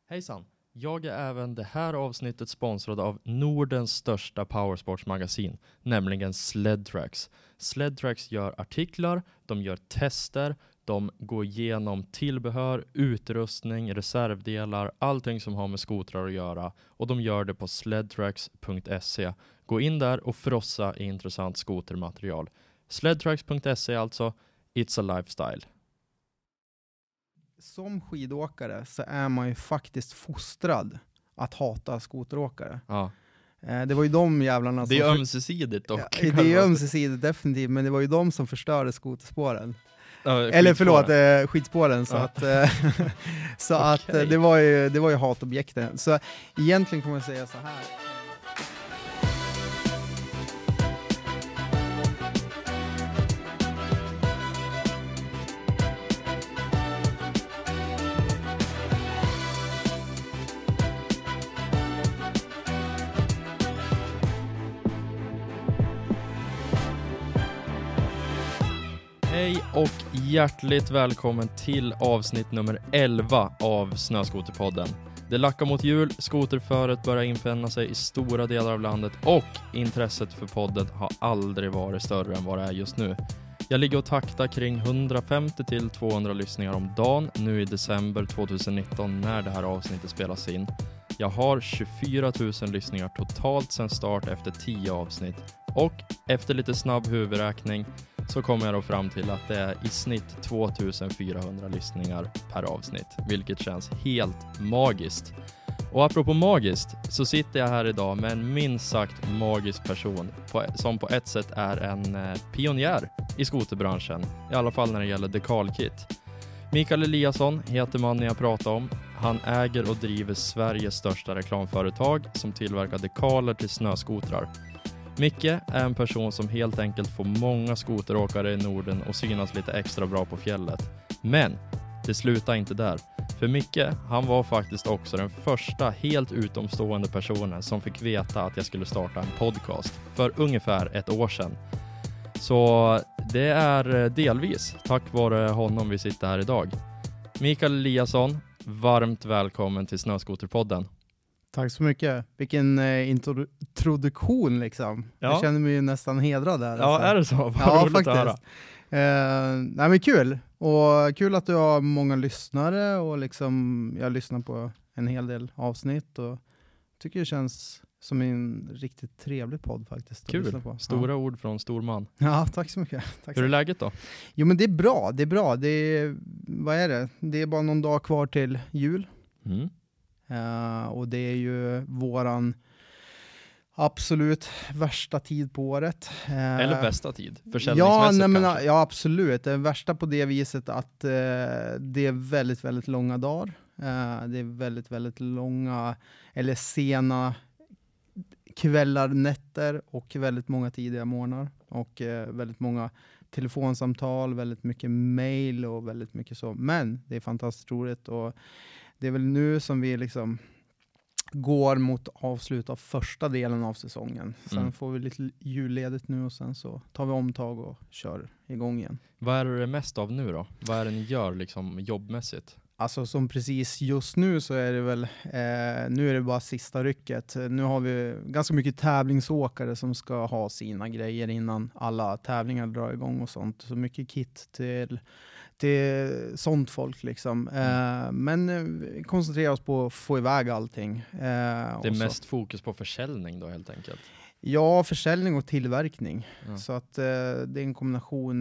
Hejsan! Jag är även det här avsnittet sponsrad av Nordens största powersportsmagasin, nämligen Sledtrax. Sledtrax gör artiklar, de gör tester, de går igenom tillbehör, utrustning, reservdelar, allting som har med skotrar att göra. Och de gör det på sledtrax.se. Gå in där och frossa i intressant skotermaterial. Sledtrax.se alltså, it's a lifestyle. Som skidåkare så är man ju faktiskt fostrad att hata skoteråkare. Ja. Det var ju de jävlarna som... Det är ömsesidigt dock. Ja, det är ömsesidigt definitivt, men det var ju de som förstörde skoterspåren. Skidspåren. Eller förlåt, skidspåren. Så, så att Okay. det var ju hatobjekten. Så egentligen kan man säga så här. Hej och hjärtligt välkommen till avsnitt nummer 11 av Snöskoterpodden. Det lackar mot jul, skoterföret börjar infinna sig i stora delar av landet och intresset för podden har aldrig varit större än vad det är just nu. Jag ligger och taktar kring 150-200 lyssningar om dagen nu i december 2019 när det här avsnittet spelas in. Jag har 24 000 lyssningar totalt sedan start efter 10 avsnitt och efter lite snabb huvudräkning så kommer jag då fram till att det är i snitt 2400 lyssningar per avsnitt, vilket känns helt magiskt. Och apropå magiskt så sitter jag här idag med en minst sagt magisk person som på ett sätt är en pionjär i skoterbranschen, i alla fall när det gäller dekalkit. Mikael Eliasson heter mannen jag pratar om. Han äger och driver Sveriges största reklamföretag som tillverkar dekaler till snöskotrar. Micke är en person som helt enkelt får många skoteråkare i Norden och synas lite extra bra på fjället. Men det slutar inte där. För Micke, han var faktiskt också den första helt utomstående personen som fick veta att jag skulle starta en podcast för ungefär ett år sedan. Så det är delvis tack vare honom vi sitter här idag. Mikael Eliasson, varmt välkommen till Snöskoterpodden. Tack så mycket. Vilken introduktion liksom. Ja. Jag känner mig ju nästan hedrad där. Ja, alltså. Är det så? Vad ja, faktiskt. Nej, men kul. Och kul att du har många lyssnare och liksom jag lyssnar på en hel del avsnitt och tycker det känns som en riktigt trevlig podd faktiskt. Kul. Stora ord från stor man. Ja, tack så mycket. Tack. Hur är läget då? Jo, men det är bra. Vad är det? Det är bara någon dag kvar till jul. Mm. Och det är ju våran absolut värsta tid på året. Eller bästa tid, försäljningsmässigt kanske. Ja, absolut. Det är värsta på det viset att det är väldigt, väldigt långa dagar. Det är väldigt, väldigt långa eller sena kvällar, nätter och väldigt många tidiga morgnar. Och väldigt många telefonsamtal, väldigt mycket mejl och väldigt mycket så. Men det är fantastiskt roligt och det är väl nu som vi liksom går mot avslut av första delen av säsongen. Sen får vi lite julledigt nu och sen så tar vi omtag och kör igång igen. Vad är det mest av nu då? Vad är det ni gör liksom jobbmässigt? Alltså som precis just nu så är det väl, nu är det bara sista rycket. Nu har vi ganska mycket tävlingsåkare som ska ha sina grejer innan alla tävlingar drar igång och sånt. Så mycket kit till sånt folk liksom. Men koncentrera oss på att få iväg allting. Det är mest fokus på försäljning då helt enkelt? Ja, försäljning och tillverkning. Ja. Så att det är en kombination.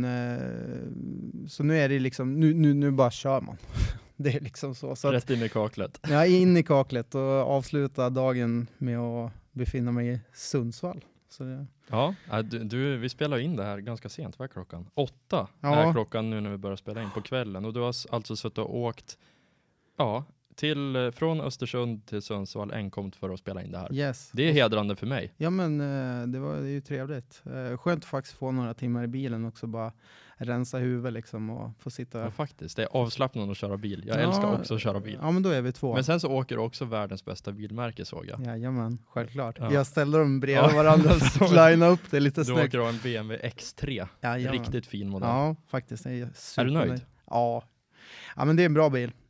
Så nu är det liksom, nu bara kör man. Det är liksom så. Så rätt in i kaklet. Ja, in i kaklet och avsluta dagen med att befinna mig i Sundsvall. Så det... Ja, vi spelar in det här ganska sent. Vad är klockan? 8 är klockan nu när vi börjar spela in på kvällen. Och du har alltså suttit och åkt från Östersund till Sundsvall enkomt för att spela in det här. Yes. Det är hedrande för mig. Ja, men det är ju trevligt. Skönt att faktiskt få några timmar i bilen också, bara rensa huvudet liksom och få sitta... Ja, faktiskt. Det är avslappnande att köra bil. Jag älskar också att köra bil. Ja, men då är vi två. Men sen så åker du också världens bästa bilmärke, såg jag. Jajamän, självklart. Ja. Jag ställer dem bredvid varandra och linea upp det lite snyggt. Du åker av en BMW X3. Riktigt fin modell. Ja, faktiskt. Är du nöjd? Ja, men det är en bra bil.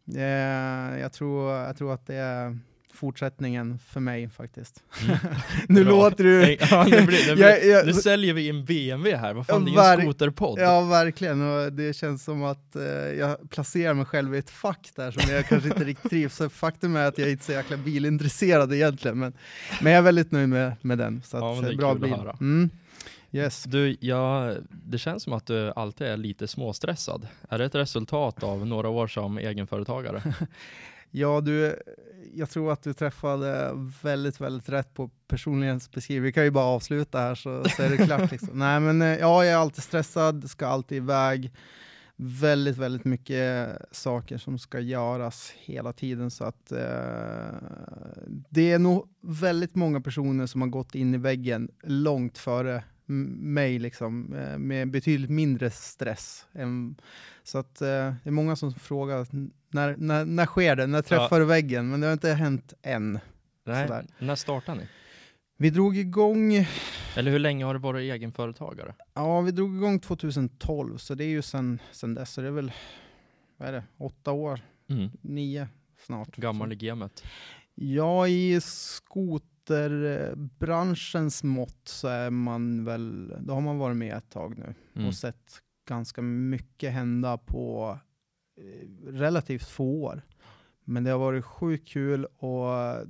Jag tror att det är fortsättningen för mig faktiskt. Mm. Nu Bra. låter du... Ja, nu säljer vi en BMW här. Vad fan, det är en skoterpodd. Ja, verkligen. Och det känns som att jag placerar mig själv i ett fack där som jag kanske inte riktigt trivs. Så faktum är att jag inte är så jäkla bilintresserad egentligen. Men jag är väldigt nöjd med den. Så Ja, att, men det är bra kul bil. att höra. Yes. Du, det känns som att du alltid är lite småstressad. Är det ett resultat av några år som egenföretagare? Ja, jag tror att du träffade väldigt, väldigt rätt på personlighetsbeskrivning. Vi kan ju bara avsluta här så är det klart. Liksom. Nej, men jag är alltid stressad, ska alltid iväg. Väldigt, väldigt mycket saker som ska göras hela tiden. Så att det är nog väldigt många personer som har gått in i väggen långt före mig liksom, med betydligt mindre stress. Så att det är många som frågar när sker det? När träffar du väggen? Men det har inte hänt än. Nej, sådär. när startade ni? Vi drog igång... Eller hur länge har du varit egenföretagare? Ja, vi drog igång 2012, så det är ju sen dess. Så det är väl, 8 år, 9 snart. Gammal i gamet. Ja, i skoterbranschens mått så är man väl, då har man varit med ett tag nu och sett ganska mycket hända på relativt få år. Men det har varit sjukt kul och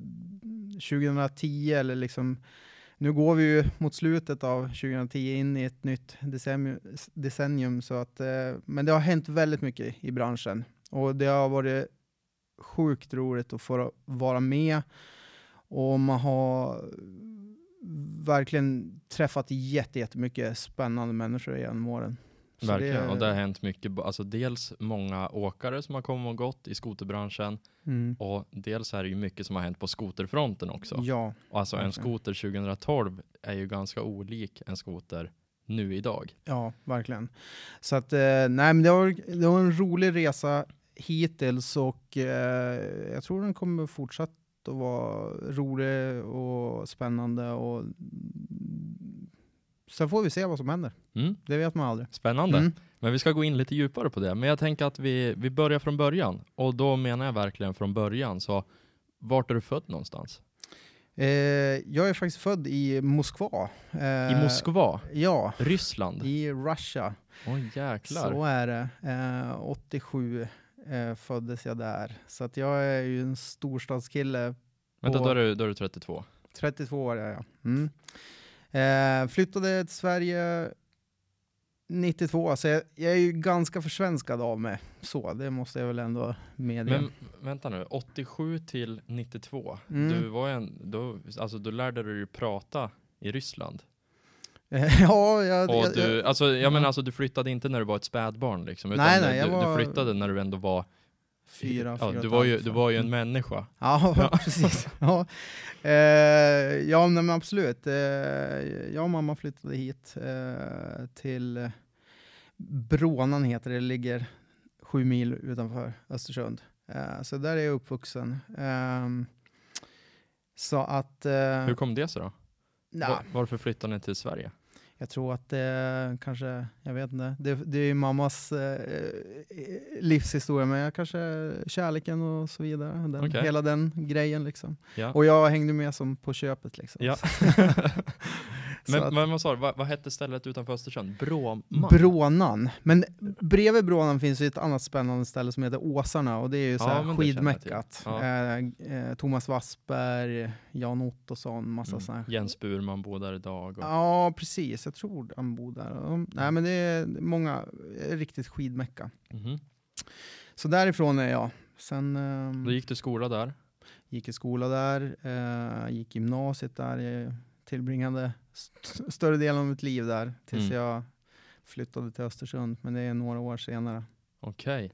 2010 eller liksom, nu går vi ju mot slutet av 2010 in i ett nytt decennium så att, men det har hänt väldigt mycket i branschen och det har varit sjukt roligt att få vara med och man har verkligen träffat jättemycket spännande människor genom åren. Så verkligen, och det har hänt mycket, alltså dels många åkare som har kommit och gått i skoterbranschen och dels är det ju mycket som har hänt på skoterfronten också. Ja, och alltså en skoter 2012 är ju ganska olik en skoter nu idag. Ja, verkligen. Så att, nej men det var en rolig resa hittills och jag tror den kommer fortsätta att vara rolig och spännande och sen får vi se vad som händer. Det vet man aldrig. Spännande. Men vi ska gå in lite djupare på det. Men jag tänker att vi börjar från början. Och då menar jag verkligen från början. Så vart är du född någonstans? Jag är faktiskt född i Moskva. I Moskva? Ja. Ryssland? I Russia. Oj, jäklar. Så är det. 87 föddes jag där. Så att jag är ju en storstadskille. Vänta, då är du 32? 32 år är jag. Flyttade till Sverige 92, så jag är ju ganska försvenskad av mig. Så, det måste jag väl ändå medge. Men vänta nu, 87 till 92. Du var då lärde du ju prata i Ryssland. Ja, du flyttade inte när du var ett spädbarn liksom, utan nej, du flyttade när du ändå var fyra. Du var ju en människa. Ja, precis. Ja, men absolut. Jag och mamma flyttade hit till Brånan heter det. Det ligger 7 mil utanför Östersund. Så där är jag uppvuxen. Så att... Hur kom det sig då? Varför flyttade ni till Sverige? Jag tror att det kanske, jag vet inte, det är ju mammas livshistoria, men kanske kärleken och så vidare. Hela den grejen liksom. Ja. Och jag hängde med som på köpet liksom. Ja. Men vad sa du, vad hette stället utanför Östersund? Brånan. Men bredvid Brånan finns ju ett annat spännande ställe som heter Åsarna och det är ju så här skidmäckat. Ja. Thomas Wassberg, Jan Ottosson, massa sådana här. Jens Burman bor där idag. Ja, precis. Jag tror han bor där. Nej, men det är många riktigt skidmäcka. Så därifrån är jag. Sen, då gick du skola där? Gick i skola där. Gick gymnasiet där. Jag tillbringade större delen av mitt liv där. Tills jag flyttade till Östersund. Men det är några år senare. Okej.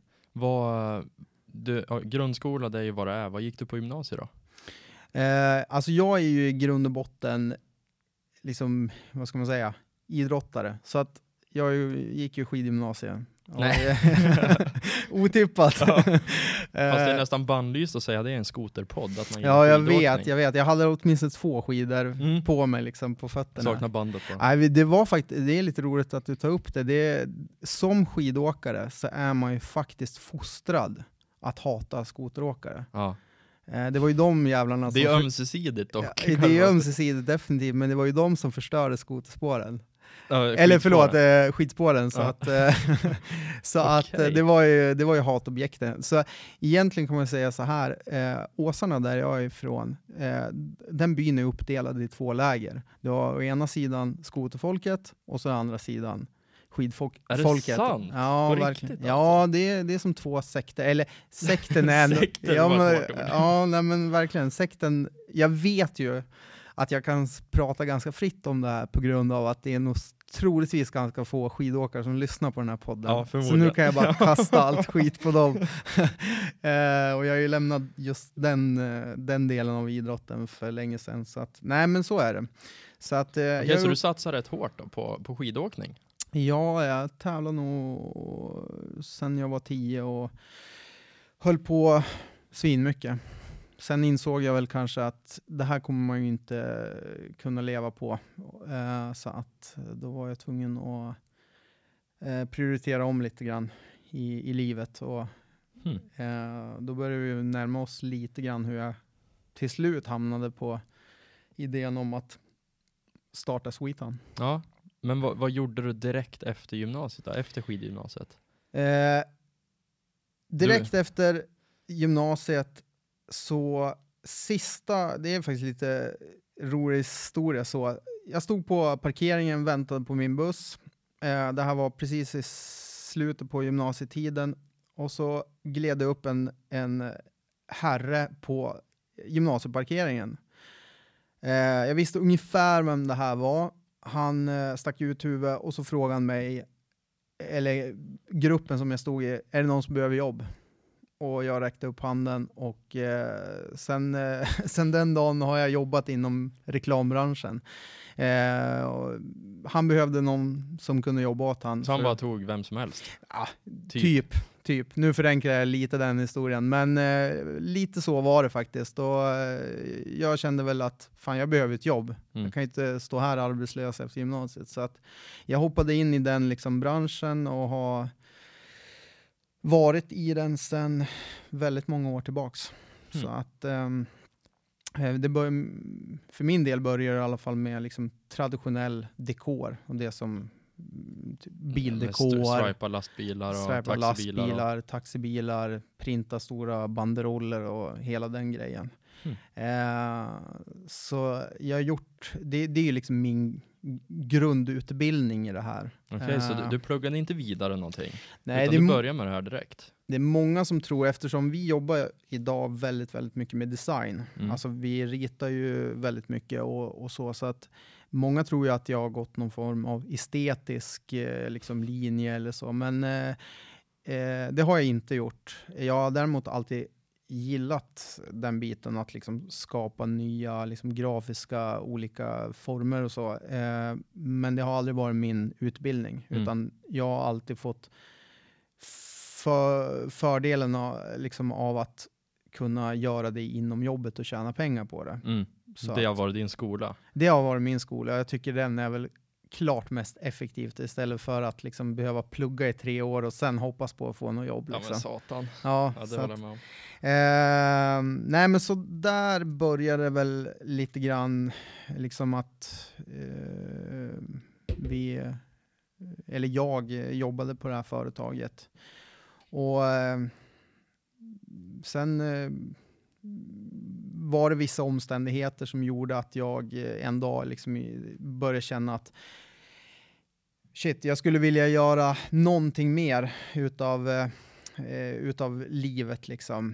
Grundskola, det är ju vad det är. Vad gick du på gymnasiet då? Alltså jag är ju i grund och botten liksom, vad ska man säga, idrottare. Så att jag gick ju skidgymnasiet. Nej. Otippat. Ja. Fast det är nästan bannlyst att säga det är en skoterpodd. Att man jag vet. Jag hade åtminstone 2 skidor på mig liksom, på fötterna. Saknar bandet på. Nej, det är lite roligt att du tar upp det. Som skidåkare så är man ju faktiskt fostrad att hata skoteråkare. Ja. Det var ju de jävlarna Det är som... ömsesidigt dock. Ja, det är ömsesidigt definitivt, men det var ju de som förstörde skoterspåren. Ja, Eller förlåt, skidspåren. Så Ja. att, så att Okej. det var ju hatobjekten. Så egentligen kan man säga så här, Åsarna där jag är ifrån, den byn är uppdelad i 2 läger. Du har å ena sidan skoterfolket och så å andra sidan skidfolket. Är det sant? Ja, På verkligen. riktigt, Ja, det är som 2 sekter. Eller sekten är ändå... Sekten ja, var men, ett hårt ord. ja, nej, men verkligen. Sekten, jag vet ju att jag kan prata ganska fritt om det här på grund av att det är nog troligtvis ganska få skidåkare som lyssnar på den här podden. Ja, så förmodligen. nu kan jag bara kasta allt skit på dem. Och jag har ju lämnat just den delen av idrotten för länge sedan. Så att, nej, men så är det. Så att, Okej, så du satsar rätt hårt då på skidåkning? Ja, jag tävlar nog sen jag var 10 och höll på svinmycket. Sen insåg jag väl kanske att det här kommer man ju inte kunna leva på. Så att då var jag tvungen att prioritera om lite grann i livet. Och då började vi närma oss lite grann hur jag till slut hamnade på idén om att starta Sweetown. Ja, men vad gjorde du direkt efter gymnasiet då? Efter skidgymnasiet? Direkt efter gymnasiet så det är faktiskt lite rolig historia så. Jag stod på parkeringen, väntade på min buss. Det här var precis i slutet på gymnasietiden och så gled det upp en herre på gymnasieparkeringen. Jag visste ungefär vem det här var. Han stack ut huvudet och så frågade han mig, eller gruppen som jag stod i, är det någon som behöver jobb? Och jag räckte upp handen och sen den dagen har jag jobbat inom reklambranschen. Och han behövde någon som kunde jobba åt han. Så han bara tog vem som helst? Ja, typ. Nu förenklar jag lite den historien, men lite så var det faktiskt. Och jag kände väl att fan, jag behöver ett jobb. Jag kan inte stå här arbetslös efter gymnasiet. Så att jag hoppade in i den liksom branschen och har varit i den sedan väldigt många år tillbaks. Så att för min del börjar det i alla fall med liksom traditionell dekor och det som bildekor, Swipa lastbilar och taxibilar, printa stora banderoller och hela den grejen. Så jag har gjort, det är ju liksom min grundutbildning i det här. Okej, så du pluggade inte vidare någonting? Nej, utan du började med det här direkt? Det är många som tror, eftersom vi jobbar idag väldigt, väldigt mycket med design. Alltså vi ritar ju väldigt mycket och så att många tror ju att jag har gått någon form av estetisk liksom linje eller så, men det har jag inte gjort. Jag har däremot alltid gillat den biten att liksom skapa nya liksom grafiska olika former och så. Men det har aldrig varit min utbildning, utan jag har alltid fått fördelen av att kunna göra det inom jobbet och tjäna pengar på det. Så det har varit din skola? Det har varit min skola. Jag tycker den är väl klart mest effektivt istället för att liksom behöva plugga i 3 år och sen hoppas på att få något jobb. Liksom. Ja, men satan. Ja, det håller jag med om. Nej, men så där började det väl lite grann liksom att jag jobbade på det här företaget. Och sen var det vissa omständigheter som gjorde att jag en dag liksom började känna att jag skulle vilja göra någonting mer utav livet liksom.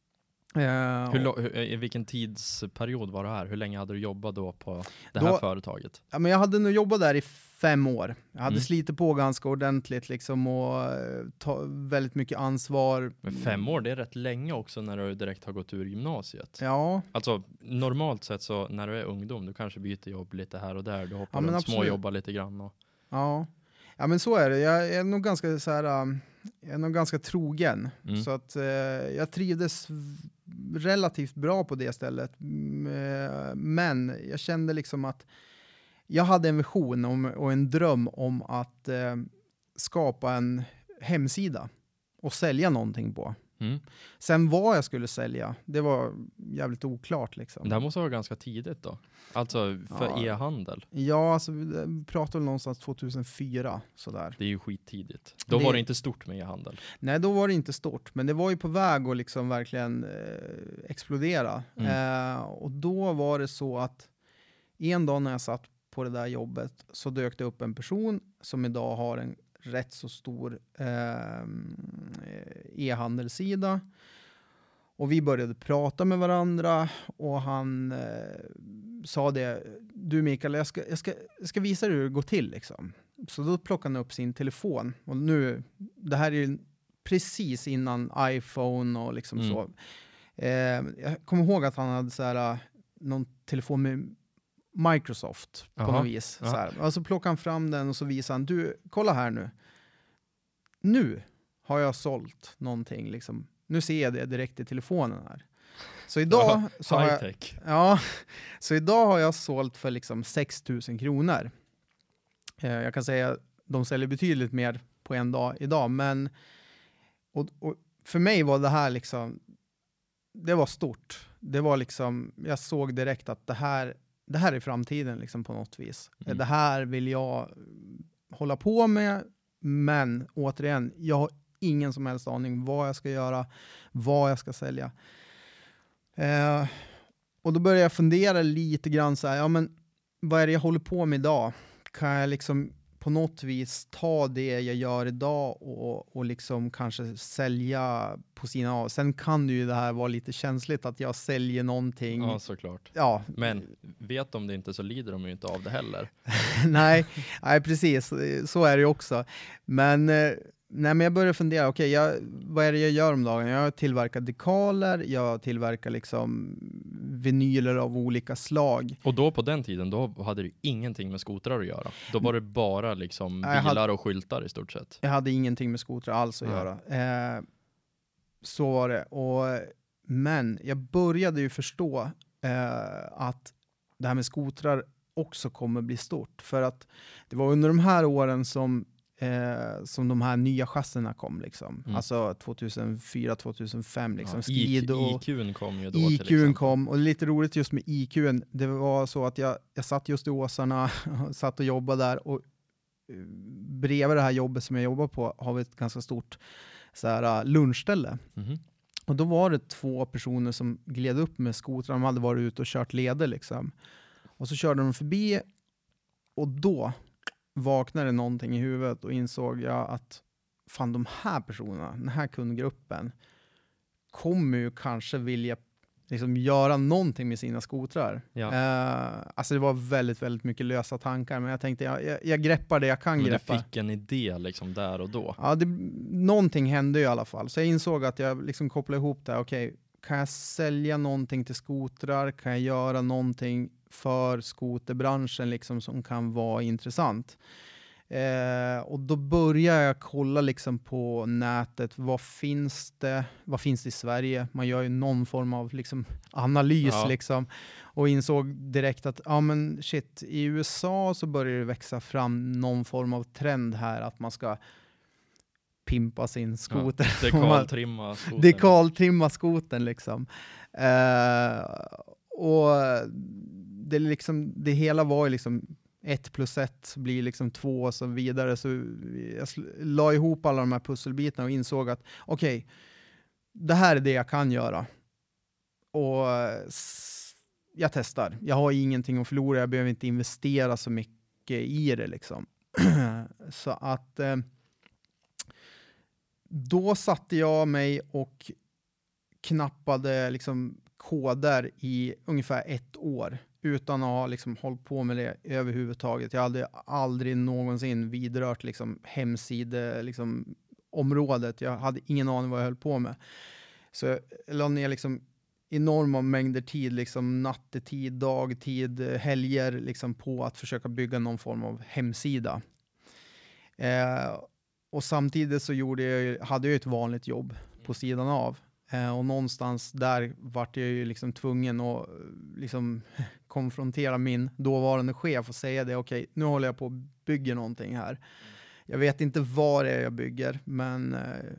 I vilken tidsperiod var det här? Hur länge hade du jobbat då på det här företaget? Ja, men jag hade nog jobbat där i 5 år. Jag hade slitit på ganska ordentligt liksom, och ta väldigt mycket ansvar. Men 5 år, det är rätt länge också när du direkt har gått ur gymnasiet. Ja. Alltså normalt sett så när du är ungdom, du kanske byter jobb lite här och där. Du hoppar runt, småjobbar lite grann. Och... Ja, men så är det. Jag är nog ganska så här, jag är nog ganska trogen. Så att jag trivdes relativt bra på det stället. Men jag kände liksom att jag hade en vision och en dröm om att skapa en hemsida och sälja någonting på. Sen vad jag skulle sälja, det var jävligt oklart liksom. Det här måste vara ganska tidigt då. Alltså för e-handel. Ja, alltså vi pratar väl någonstans 2004 sådär. Det är ju skittidigt. Då var det inte stort med e-handel. Nej, då var det inte stort. Men det var ju på väg att liksom verkligen explodera. Och då var det så att en dag när jag satt på det där jobbet så dök det upp en person som idag har en rätt så stor e-handelssida. Och vi började prata med varandra och han sa det, du Mikael, jag ska visa dig hur det går till liksom. Så då plockade han upp sin telefon. Och nu, det här är ju precis innan iPhone och liksom så. Jag kommer ihåg att han hade så här, någon telefon med Microsoft på något vis. Så här. Och så plockade han fram den och så visade han, du, kolla här nu. Nu har jag sålt någonting liksom. Nu ser jag det direkt i telefonen här. Så idag så idag har jag sålt för liksom 6 000 kronor. Jag kan säga de säljer betydligt mer på en dag idag, men och för mig var det här liksom, det var stort. Det var liksom, jag såg direkt att det här är framtiden liksom på något vis. Det här vill jag hålla på med, men återigen, jag har ingen som helst aning vad jag ska göra, vad jag ska sälja. Och då började jag fundera lite grann så här, ja men vad är det jag håller på med idag? Kan jag liksom på något vis ta det jag gör idag och liksom kanske sälja på sina av. Sen kan ju det här vara lite känsligt att jag säljer någonting. Ja, såklart. Ja. Men vet de det inte så lider de ju inte av det heller. nej, precis. Så är det ju också. Men jag började fundera, vad är det jag gör om dagen? Jag tillverkar dekaler, jag tillverkar liksom vinyler av olika slag. Och då på den tiden, då hade du ingenting med skotrar att göra. Då var det bara liksom bilar och skyltar i stort sett. Jag hade ingenting med skotrar alls att göra. Så var det. Men jag började ju förstå att det här med skotrar också kommer bli stort. För att det var under de här åren som de här nya chassierna kom liksom. Alltså 2004-2005 liksom. IQ:n kom ju då. IQ:n kom, och lite roligt just med IQ:n, det var så att jag satt just i Åsarna, satt och jobbade där, och bredvid det här jobbet som jag jobbar på har vi ett ganska stort så här, lunchställe. Och då var det 2 personer som gled upp med skotrar, de hade varit ute och kört leder liksom. Och så körde de förbi, och då vaknade någonting i huvudet och insåg jag att fan, de här personerna, den här kundgruppen kommer ju kanske vilja liksom göra någonting med sina skotrar. Ja. Alltså det var väldigt, väldigt mycket lösa tankar, men jag tänkte jag greppar det jag kan greppa. Du fick en idé liksom där och då. Ja, någonting hände i alla fall. Så jag insåg att jag liksom kopplade ihop det. Okej, kan jag sälja någonting till skotrar? Kan jag göra någonting för skoterbranschen liksom som kan vara intressant? Och då börjar jag kolla liksom på nätet, vad finns det i Sverige? Man gör ju någon form av liksom analys liksom, och insåg direkt att i USA så börjar det växa fram någon form av trend här att man ska pimpa sin skoter. Dekaltrimma skotern liksom. Och det hela var ju liksom 1 + 1 blir liksom 2 och så vidare. Så jag la ihop alla de här pusselbitarna och insåg att det här är det jag kan göra. Och jag testar. Jag har ingenting att förlora. Jag behöver inte investera så mycket i det liksom. Så att då satte jag mig och knappade liksom koder i ungefär 1 år. Utan att ha liksom hållit på med det överhuvudtaget. Jag hade aldrig någonsin vidrört liksom hemside liksom området. Jag hade ingen aning vad jag höll på med. Så jag la ner liksom enorma mängder tid, liksom nattetid, dagtid, helger liksom på att försöka bygga någon form av hemsida. Och samtidigt så hade jag ett vanligt jobb på sidan av. Och någonstans där vart jag ju liksom tvungen att liksom konfrontera min dåvarande chef och säga det, nu håller jag på att bygga någonting här. Jag vet inte vad det är jag bygger, men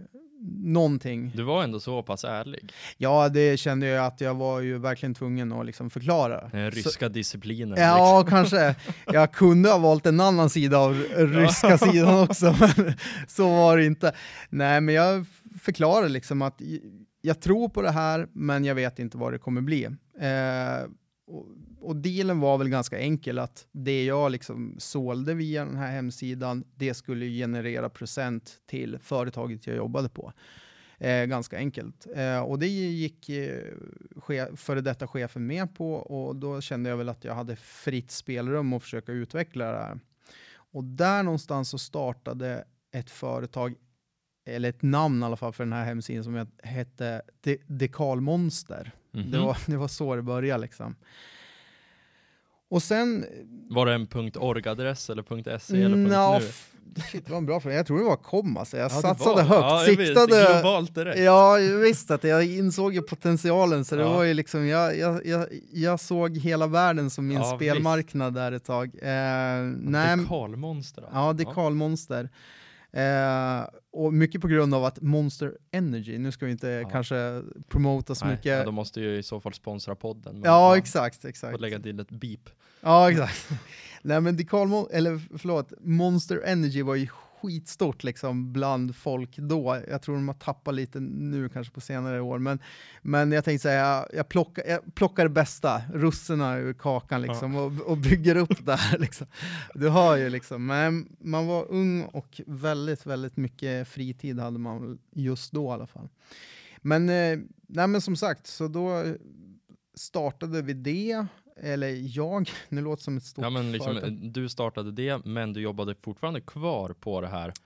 någonting. Du var ändå så pass ärlig. Ja, det kände jag att jag var ju verkligen tvungen att liksom förklara. Den ryska disciplinen. Ja, kanske. Jag kunde ha valt en annan sida av ryska sidan också, men så var det inte. Nej, men jag förklarade liksom att jag tror på det här, men jag vet inte vad det kommer bli. Och dealen var väl ganska enkel, att det jag liksom sålde via den här hemsidan, det skulle generera procent till företaget jag jobbade på. Ganska enkelt. Och det gick före detta chefen med på, och då kände jag väl att jag hade fritt spelrum att försöka utveckla det här. Och där någonstans så startade ett företag, eller ett namn i alla fall för den här hemsidan, som hette Dekalmonster. Mm-hmm. Det var så det började liksom. Och sen... Var det en .org-adress eller .se eller .nu? Shit, det var en bra fråga. Jag tror det var komma, så jag Ja, satsade högt. Ja, siktade globalt direkt. Ja, jag visste att jag insåg ju potentialen, så det Ja. var ju liksom, jag såg hela världen som min spelmarknad där ett tag. Dekalmonster. Ja, Dekalmonster. Och mycket på grund av att Monster Energy, nu ska vi inte kanske promota så mycket. Ja, de måste ju i så fall sponsra podden. Men Ja, exakt. Och lägga till ett beep. Ja, exakt. Nej, men Monster Energy var ju skitstort liksom bland folk då. Jag tror de har tappat lite nu kanske på senare år. Men jag tänkte säga, jag plockar det bästa, russerna ur kakan liksom, och bygger upp det här liksom. Du har ju liksom, men man var ung och väldigt, väldigt mycket fritid hade man just då i alla fall. Men som sagt, så då startade vi det. Eller nu låter som ett stort företag. Du startade det, men du jobbade fortfarande kvar på det här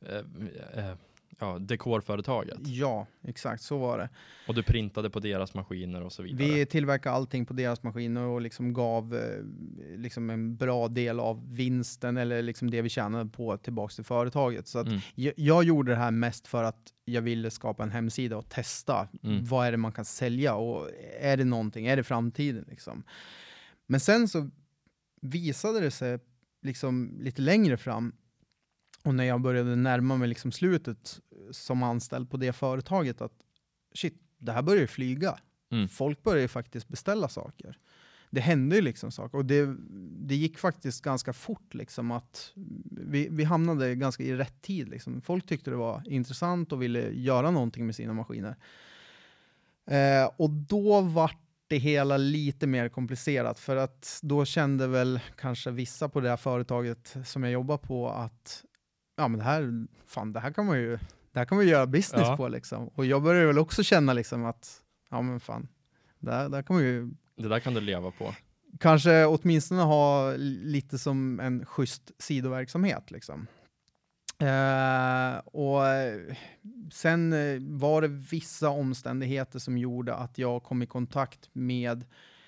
dekorföretaget. Ja, exakt, så var det. Och du printade på deras maskiner och så vidare. Vi tillverkade allting på deras maskiner och liksom gav liksom en bra del av vinsten, eller liksom det vi tjänade på, tillbaka till företaget. Så att jag gjorde det här mest för att jag ville skapa en hemsida och testa vad är det man kan sälja, och är det någonting, är det framtiden liksom. Men sen så visade det sig liksom lite längre fram, och när jag började närma mig liksom slutet som anställd på det företaget, att shit, det här börjar ju flyga. Folk börjar ju faktiskt beställa saker. Det hände ju liksom saker, och det gick faktiskt ganska fort liksom, att vi hamnade ganska i rätt tid liksom. Folk tyckte det var intressant och ville göra någonting med sina maskiner. Och då var det hela lite mer komplicerat, för att då kände väl kanske vissa på det här företaget som jag jobbar på att men det här kan man ju göra business på liksom. Och jag började väl också känna liksom att det där kan du leva på. Kanske åtminstone ha lite som en schysst sidoverksamhet liksom. Och sen var det vissa omständigheter som gjorde att jag kom i kontakt med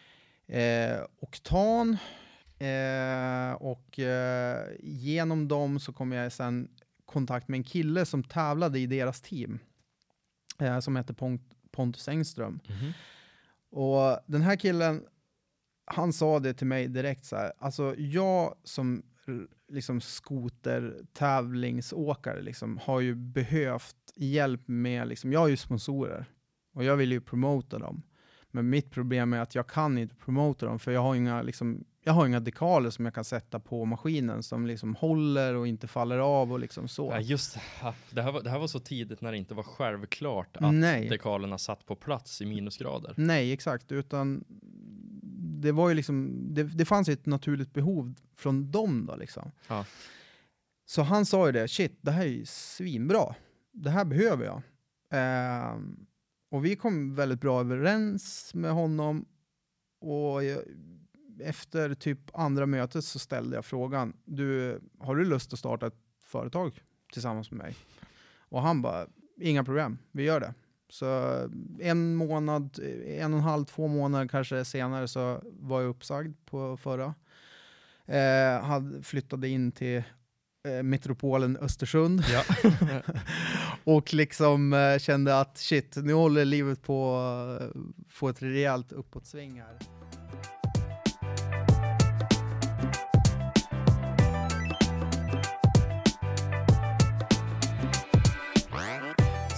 Oktan, och genom dem så kom jag sen kontakt med en kille som tävlade i deras team, som heter Pontus Engström. Och den här killen, han sa det till mig direkt så här: alltså jag som liksom skotertävlingsåkare liksom har ju behövt hjälp med liksom, jag har ju sponsorer och jag vill ju promota dem, men mitt problem är att jag kan inte promota dem, för jag har inga dekaler som jag kan sätta på maskinen som liksom håller och inte faller av och liksom så. Ja, just det här var så tidigt när det inte var självklart att dekalerna satt på plats i minusgrader. Nej, exakt, utan det var ju liksom, det fanns ett naturligt behov från dem då liksom. Ja. Så han sa ju det, shit, det här är ju svinbra. Det här behöver jag. Och vi kom väldigt bra överens med honom, och efter typ andra mötet så ställde jag frågan: har du lust att starta ett företag tillsammans med mig? Och han bara, inga problem, vi gör det. Så 1 månad, 1,5, 2 månader kanske senare så var jag uppsagd på förra. Flyttade in till metropolen Östersund. Ja. Och liksom kände att shit, nu håller livet på att få ett rejält uppåtsving här.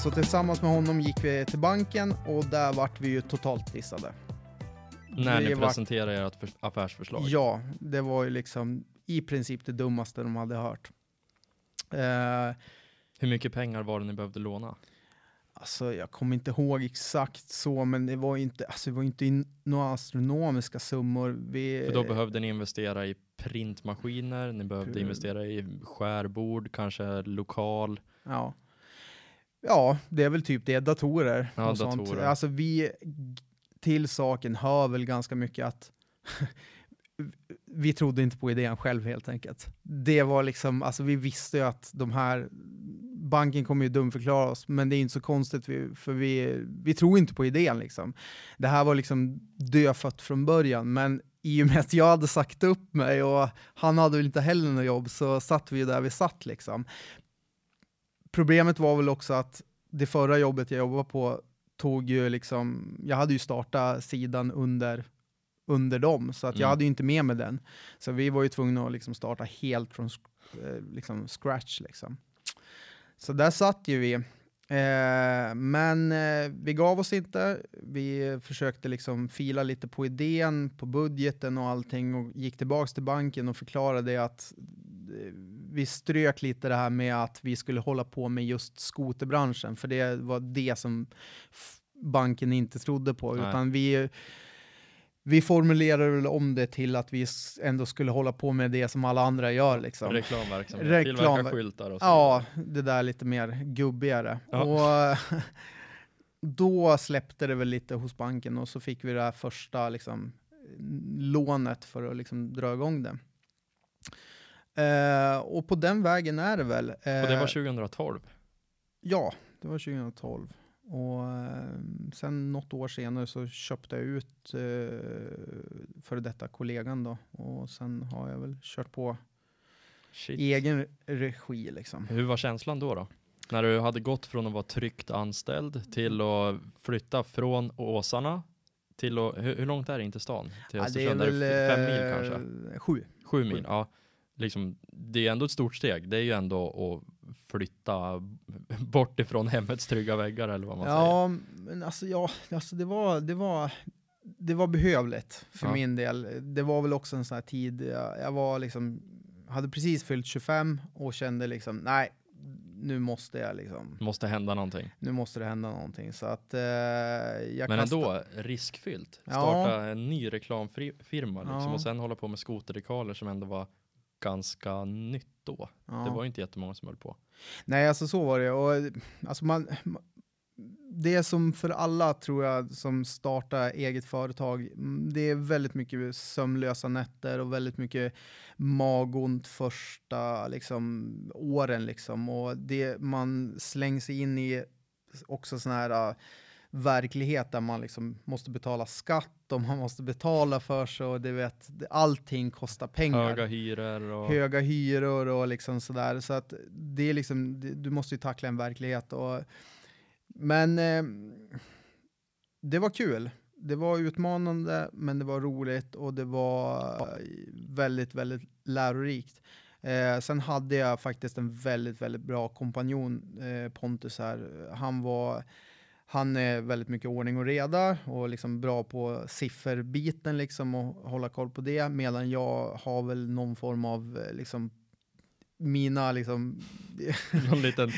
Så tillsammans med honom gick vi till banken och där vart vi ju totalt dissade. När ni presenterade ert affärsförslag? Ja, det var ju liksom i princip det dummaste de hade hört. Hur mycket pengar var det ni behövde låna? Alltså jag kommer inte ihåg exakt så, men det var inte några astronomiska summor. För då behövde ni investera i printmaskiner, ni behövde investera i skärbord, kanske lokal. Ja, det är väl typ det, datorer och datorer. Sånt. Alltså vi till saken hör väl ganska mycket att vi trodde inte på idén själv helt enkelt. Det var liksom, alltså vi visste ju att banken kommer ju dumförklara oss, men det är inte så konstigt för vi tror inte på idén liksom. Det här var liksom dödfött från början, men i och med att jag hade sagt upp mig och han hade väl inte heller något jobb, så satt vi där vi satt liksom. Problemet var väl också att det förra jobbet jag jobbade på tog ju liksom, jag hade ju startat sidan under dem, så att jag hade ju inte med mig den. Så vi var ju tvungna att liksom starta helt från liksom scratch liksom. Så där satt ju vi. Men vi gav oss inte. Vi försökte liksom fila lite på idén, på budgeten och allting, och gick tillbaks till banken och förklarade att vi strök lite det här med att vi skulle hålla på med just skoterbranschen, för det var det som banken inte trodde på. Nej. Utan vi formulerade väl om det till att vi ändå skulle hålla på med det som alla andra gör. Liksom. Reklamverksamhet, tillverka skyltar och så. Ja, det där lite mer gubbigare. Ja. Och då släppte det väl lite hos banken, och så fick vi det här första liksom, lånet för att liksom, dra igång det. Och på den vägen är det väl. Och det var 2012? Ja, det var 2012. Och sen något år senare så köpte jag ut för detta kollegan då. Och sen har jag väl kört på egen regi liksom. Hur var känslan då? När du hade gått från att vara tryggt anställd till att flytta från Åsarna till att, hur långt är det in till stan? Till Östersund? Det är väl 5 mil kanske? 7 mil, ja. Liksom, det är ändå ett stort steg. Det är ju ändå att flytta bort ifrån hemmets trygga väggar, eller vad man säger. Ja, men alltså det var behövligt för min del. Det var väl också en sån här tid, jag var liksom, hade precis fyllt 25 och kände liksom, nej, nu måste jag liksom. Måste hända någonting. Nu måste det hända någonting. Så att men ändå riskfyllt. Starta en ny reklamfirma liksom, och sen hålla på med skoterdekaler som ändå var ganska nytt då. Ja. Det var ju inte jättemånga som höll på. Nej, alltså så var det. Och alltså det som för alla, tror jag, som startar eget företag, det är väldigt mycket sömnlösa nätter och väldigt mycket magont första liksom, åren liksom. Och det man slängs in i också sån här verklighet där man liksom måste betala skatt och man måste betala för sig, och allting kostar pengar. Höga hyror och liksom sådär. Så att det är liksom, du måste ju tackla en verklighet. Men det var kul. Det var utmanande, men det var roligt och det var väldigt, väldigt lärorikt. Sen hade jag faktiskt en väldigt, väldigt bra kompanjon, Pontus här. Han är väldigt mycket ordning och reda och liksom bra på sifferbiten liksom, och hålla koll på det, medan jag har väl någon form av liksom mina liksom någon liten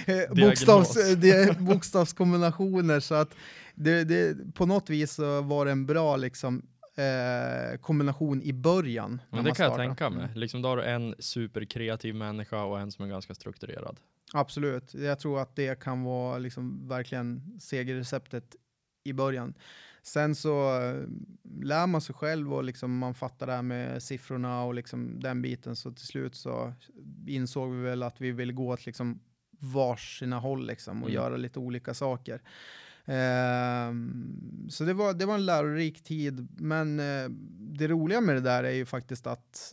bokstavskombinationer, så att det på något vis så var det en bra liksom kombination i början. Men det kan jag tänka mig. Liksom då har du en superkreativ människa och en som är ganska strukturerad. Absolut. Jag tror att det kan vara liksom verkligen segerreceptet i början. Sen så lär man sig själv och liksom man fattar det här med siffrorna och liksom den biten, så till slut så insåg vi väl att vi ville gå åt liksom varsina håll liksom och göra lite olika saker. Så det var en lärorik tid, men det roliga med det där är ju faktiskt att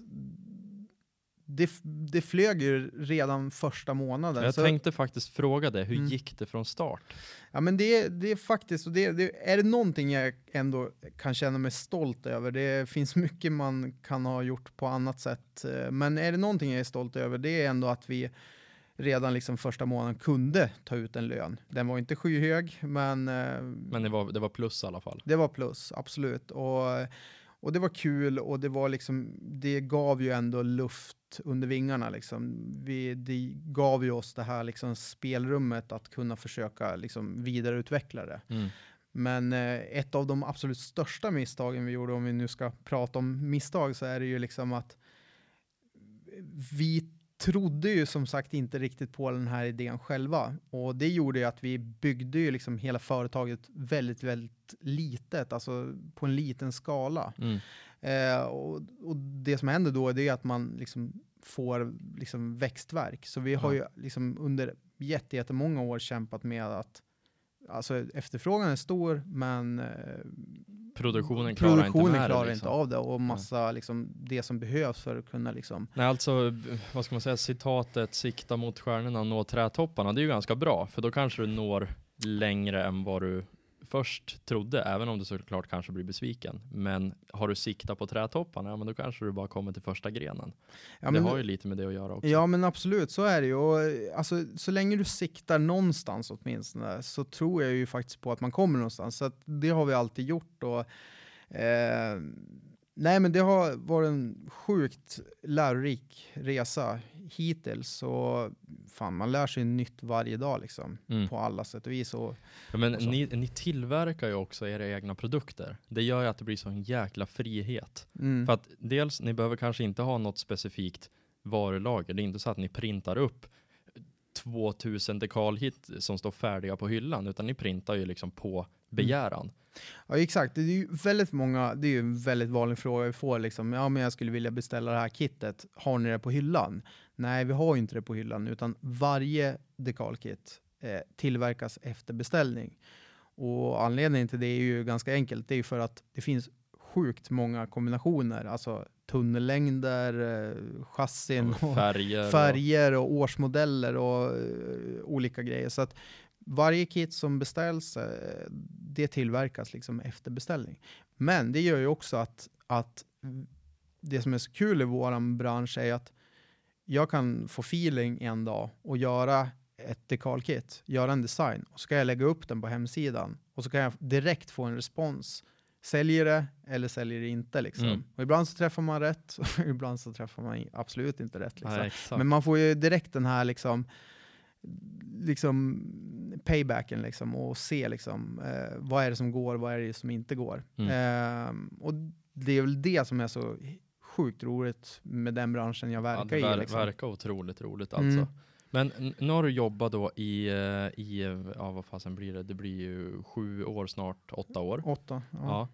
det flög ju redan första månaden. Jag tänkte faktiskt fråga dig, hur gick det från start? Ja, men det är faktiskt, och det är det någonting jag ändå kan känna mig stolt över. Det finns mycket man kan ha gjort på annat sätt, men är det någonting jag är stolt över, det är ändå att redan liksom första månaden kunde ta ut en lön. Den var inte skyhög, men det var plus i alla fall. Det var plus, absolut. Och det var kul, och det var liksom, det gav ju ändå luft under vingarna liksom. Det gav ju oss det här liksom spelrummet att kunna försöka liksom vidareutveckla det. Men ett av de absolut största misstagen vi gjorde, om vi nu ska prata om misstag, så är det ju liksom att vi trodde ju som sagt inte riktigt på den här idén själva. Och det gjorde ju att vi byggde ju liksom hela företaget väldigt, väldigt litet. Alltså på en liten skala. Och det som händer då är det att man liksom får liksom växtverk. Så vi har ju liksom under jättemånga år kämpat med att alltså efterfrågan är stor, men produktionen klarar inte av det, och massa liksom det som behövs för att kunna liksom. Nej, alltså vad ska man säga, citatet sikta mot stjärnorna och nå trädtopparna, det är ju ganska bra, för då kanske du når längre än vad du först trodde, även om du såklart kanske blir besviken. Men har du siktat på trädtopparna, ja, men då kanske du bara kommer till första grenen. Ja, det har ju lite med det att göra också. Ja, men absolut, så är det ju. Och, alltså, så länge du siktar någonstans åtminstone, så tror jag ju faktiskt på att man kommer någonstans. Så att det har vi alltid gjort. Och, nej, men det har varit en sjukt lärorik resa hittills. Och fan, man lär sig nytt varje dag liksom, på alla sätt och vis. Och, ja, men ni tillverkar ju också era egna produkter. Det gör ju att det blir så en jäkla frihet. För att dels, ni behöver kanske inte ha något specifikt varulager. Det är inte så att ni printar upp 2000 dekalhit som står färdiga på hyllan, utan ni printar ju liksom på begäran. Ja, exakt. Det är ju väldigt många, det är ju en väldigt vanlig fråga vi får liksom, ja, men jag skulle vilja beställa det här kittet. Har ni det på hyllan? Nej, vi har ju inte det på hyllan, utan varje dekalkit tillverkas efter beställning. Och anledningen till det är ju ganska enkelt. Det är ju för att det finns sjukt många kombinationer, alltså tunnellängder, chassin och färger och årsmodeller och olika grejer. Så att varje kit som beställs, det tillverkas liksom efter beställning. Men det gör ju också att det som är så kul i våran bransch är att jag kan få feeling en dag och göra ett dekalkit, göra en design, och så ska jag lägga upp den på hemsidan, och så kan jag direkt få en respons. Säljer det eller säljer det inte liksom. Och ibland så träffar man rätt, och ibland så träffar man absolut inte rätt liksom. Nej, men man får ju direkt den här liksom paybacken liksom, och se liksom, vad är det som går, vad är det som inte går. Och det är väl det som är så sjukt roligt med den branschen jag verkar i. Liksom. Verkar otroligt roligt alltså. Men nu har du jobbat då i vad fasen blir det? Det blir ju 7 år snart, 8 år. 8, ja.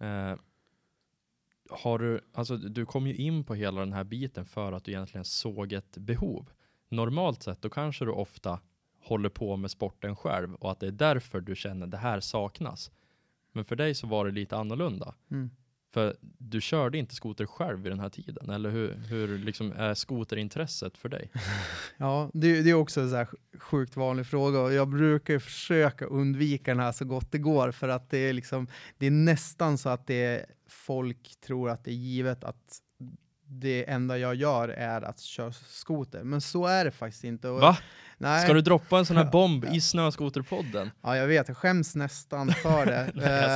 Har du, alltså du kom ju in på hela den här biten för att du egentligen såg ett behov. Normalt sett, då kanske du ofta håller på med sporten själv, och att det är därför du känner det här saknas. Men för dig så var det lite annorlunda. För du körde inte skoter själv i den här tiden, eller hur liksom är skoterintresset för dig? Ja, det är också en så här sjukt vanlig fråga, och jag brukar ju försöka undvika den här så gott det går, för att det är liksom, det är nästan så att folk tror att det är givet att det enda jag gör är att köra skoter. Men så är det faktiskt inte. Va? Nej. Ska du droppa en sån här bomb i Snöskoterpodden? Ja, jag vet. Jag skäms nästan för det.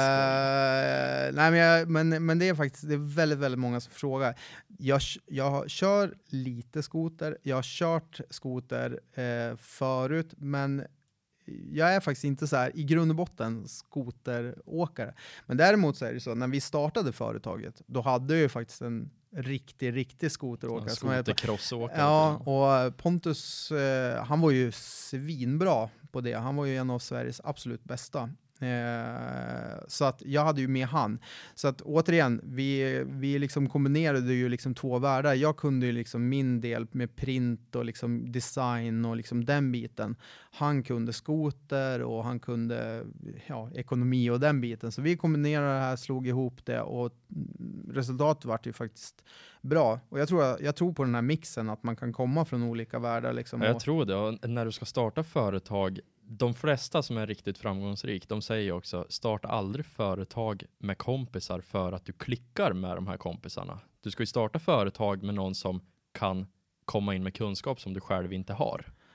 Nej, men det är faktiskt, det är väldigt, väldigt många som frågar. Jag kör lite skoter. Jag har kört skoter förut, men jag är faktiskt inte så här i grund och botten skoteråkare. Men däremot så är det så, när vi startade företaget, då hade jag ju faktiskt en riktig skoteråkare. Skotercrossåkare. Ja, och Pontus, han var ju svinbra på det. Han var ju en av Sveriges absolut bästa. Så att jag hade ju med han. Så att återigen, vi liksom kombinerade ju liksom 2 världar. Jag kunde ju liksom min del med print och liksom design och liksom den biten. Han kunde skoter och han kunde ekonomi och den biten. Så vi kombinerade det här, slog ihop det, och resultatet var ju faktiskt bra. Och jag tror på den här mixen, att man kan komma från olika världar liksom. Ja, jag tror det. Och när du ska starta företag, de flesta som är riktigt framgångsrik, de säger också, starta aldrig företag med kompisar för att du klickar med de här kompisarna. Du ska ju starta företag med någon som kan komma in med kunskap som du själv inte har.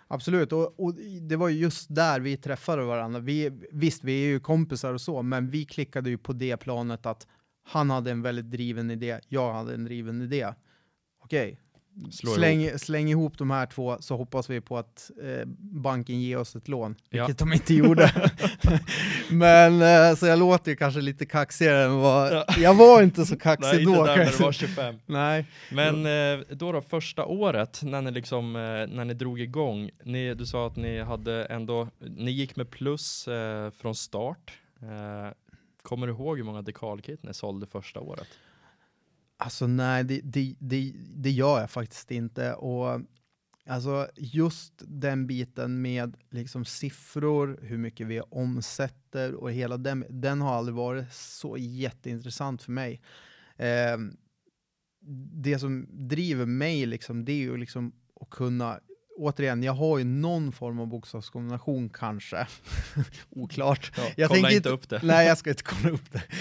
Absolut, och det var just där vi träffade varandra. Visst, vi är ju kompisar och så, men vi klickade ju på det planet att han hade en väldigt driven idé, jag hade en driven idé. Okej, släng ihop de här två, så hoppas vi på att banken ger oss ett lån, vilket de inte gjorde. Men så jag låter ju kanske lite kaxigare än vad jag var, inte så kaxig. Nej, då. Inte där när du var 25. Nej. Men då första året när ni drog igång, du sa att ni gick med plus från start. Kommer du ihåg hur många dekalkit ni sålde första året? Alltså nej, det gör jag faktiskt inte. Och alltså just den biten med liksom siffror, hur mycket vi omsätter och hela den har aldrig varit så jätteintressant för mig. Det som driver mig liksom, det är ju liksom att kunna, återigen, jag har ju någon form av bokstavskombination kanske. Oklart. Ja, jag kolla tänker inte upp det. Nej, jag ska inte kolla upp det.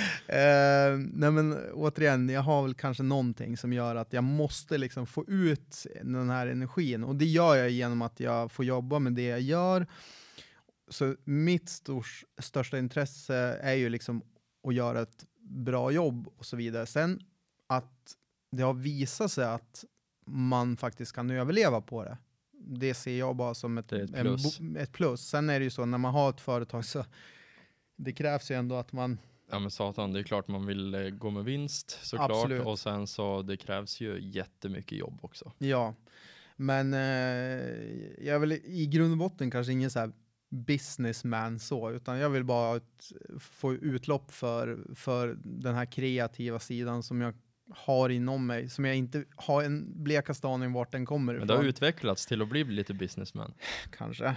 Nej, men återigen, jag har väl kanske någonting som gör att jag måste liksom få ut den här energin. Och det gör jag genom att jag får jobba med det jag gör. Så mitt största intresse är ju liksom att göra ett bra jobb och så vidare. Sen att det har visat sig att man faktiskt kan överleva på det. Det ser jag bara som ett plus. Sen är det ju så, när man har ett företag så det krävs ju ändå att man... Ja men satan, det är klart man vill gå med vinst såklart. Absolut. Och sen så det krävs ju jättemycket jobb också. Ja, men jag vill i grund och botten kanske ingen så här businessman så, utan jag vill bara få utlopp för den här kreativa sidan som jag har inom mig, som jag inte har en blekaste aning vart den kommer ifrån. Men det har utvecklats till att bli lite businessman. Kanske.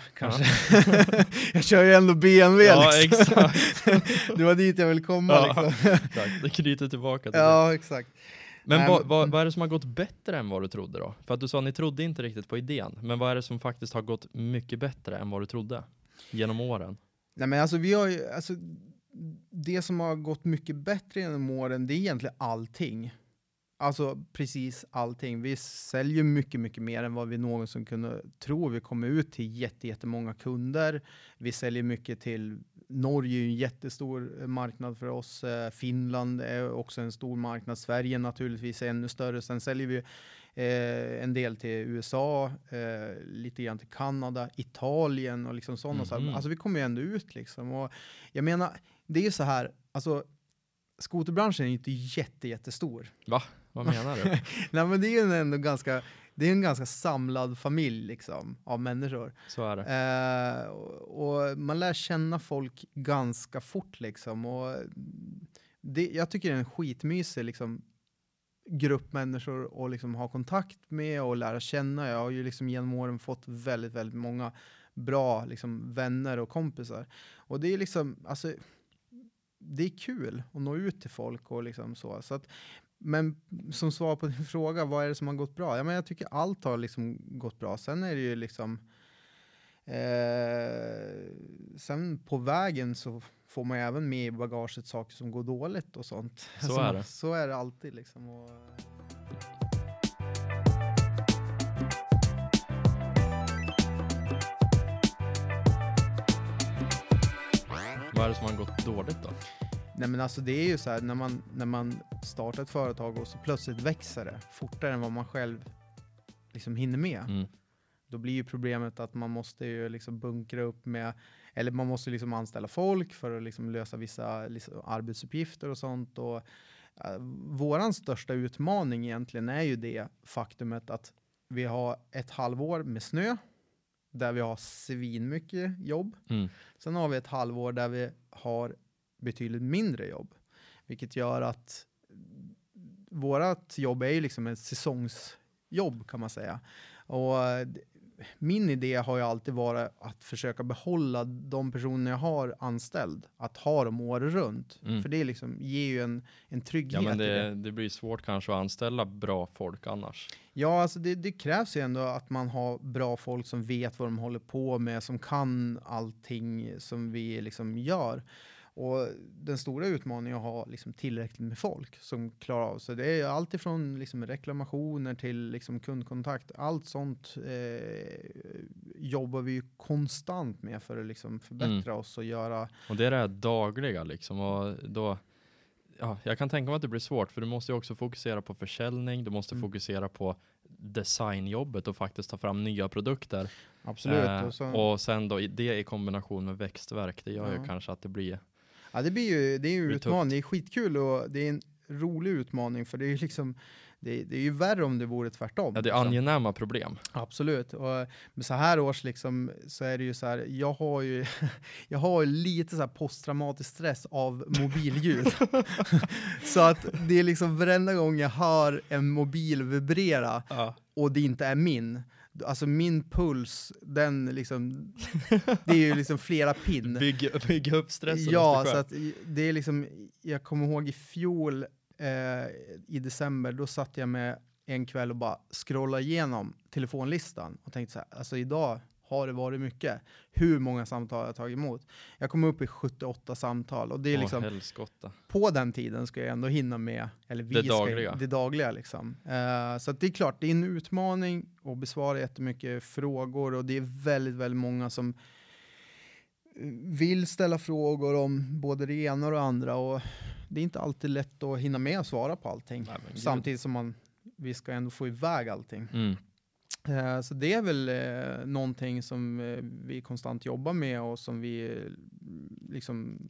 Jag kör ju ändå BMW. Ja, liksom. Exakt. Det var dit jag vill komma. Ja, liksom. Exakt. Det knyter tillbaka till det. Exakt. Men vad är det som har gått bättre än vad du trodde då? För att du sa att ni trodde inte riktigt på idén. Men vad är det som faktiskt har gått mycket bättre än vad du trodde genom åren? Nej, men alltså vi har ju... Alltså, det som har gått mycket bättre genom åren, det är egentligen allting. Alltså precis allting. Vi säljer mycket, mycket mer än vad vi någonsin kunde tro. Vi kommer ut till jättemånga kunder. Vi säljer mycket till Norge, är en jättestor marknad för oss. Finland är också en stor marknad. Sverige naturligtvis är ännu större. Sen säljer vi en del till USA, lite grann till Kanada, Italien och liksom sådana saker. Alltså vi kommer ju ändå ut liksom. Och jag menar, det är ju så här, alltså skoterbranschen är ju inte jättestor. Va? Vad menar du? Nej, men det är ju ändå en ganska samlad familj liksom, av människor. Så är det. Och man lär känna folk ganska fort liksom. Och jag tycker det är en skitmysig liksom, grupp människor att liksom ha kontakt med och lära känna. Jag har ju liksom genom åren fått väldigt, väldigt många bra liksom, vänner och kompisar. Och det är liksom, alltså, det är kul att nå ut till folk och liksom så att, men som svar på din fråga, vad är det som har gått bra? Ja, men jag tycker allt har liksom gått bra. Sen är det ju liksom sen på vägen så får man även med i bagaget saker som går dåligt och sånt. Så är det. Så är det alltid liksom. Och vad är det som har gått dåligt då? Nej, men alltså det är ju så här, när man startar ett företag och så plötsligt växer det fortare än vad man själv liksom hinner med. Då blir ju problemet att man måste ju liksom bunkra upp med, eller man måste liksom anställa folk för att liksom lösa vissa liksom arbetsuppgifter och sånt. Och våran största utmaning egentligen är ju det faktumet att vi har ett halvår med snö där vi har svinmycket jobb. Sen har vi ett halvår där vi har betydligt mindre jobb. Vilket gör att vårat jobb är ju liksom ett säsongsjobb kan man säga. Och min idé har ju alltid varit att försöka behålla de personer jag har anställd. Att ha dem året runt. För det liksom ger ju en trygghet. Ja, men det blir svårt kanske att anställa bra folk annars. Ja, alltså det krävs ju ändå att man har bra folk som vet vad de håller på med. Som kan allting som vi liksom gör. Och den stora utmaningen är att ha liksom tillräckligt med folk som klarar av. Så det är allt ifrån liksom reklamationer till liksom kundkontakt. Allt sånt jobbar vi ju konstant med för att liksom förbättra oss och göra. Och det är det här dagliga liksom. Och då, ja, jag kan tänka mig att det blir svårt, för du måste ju också fokusera på försäljning. Du måste fokusera på designjobbet och faktiskt ta fram nya produkter. Absolut. Och sen då det i kombination med växtverk, det gör ju kanske att det blir... Ja, det är ju utmaning. tufft. Det är skitkul och det är en rolig utmaning, för det är ju liksom det är ju värre om det vore tvärtom. Ja, det är liksom. angenäma problem. Absolut. Och med så här års liksom, så är det ju så här, jag har ju lite så här posttraumatisk stress av mobilljud. Så att det är liksom varenda gång jag hör en mobil vibrera och det inte är min. Alltså min puls, den liksom, det är ju liksom flera pin. Bygga upp stressen. Ja, så att det är liksom, jag kommer ihåg i fjol i december, då satt jag med en kväll och bara scrollade igenom telefonlistan och tänkte så här, alltså idag har det varit mycket. Hur många samtal har jag tagit emot? Jag kom upp i 78 samtal och det är liksom helskotta. På den tiden ska jag ändå hinna med, eller det dagliga liksom. Så att det är klart, det är en utmaning att besvara jättemycket frågor, och det är väldigt, väldigt många som vill ställa frågor om både det ena och det andra, och det är inte alltid lätt att hinna med att svara på allting. Nej, samtidigt som vi ska ändå få iväg allting. Så det är väl någonting som vi konstant jobbar med, och som vi liksom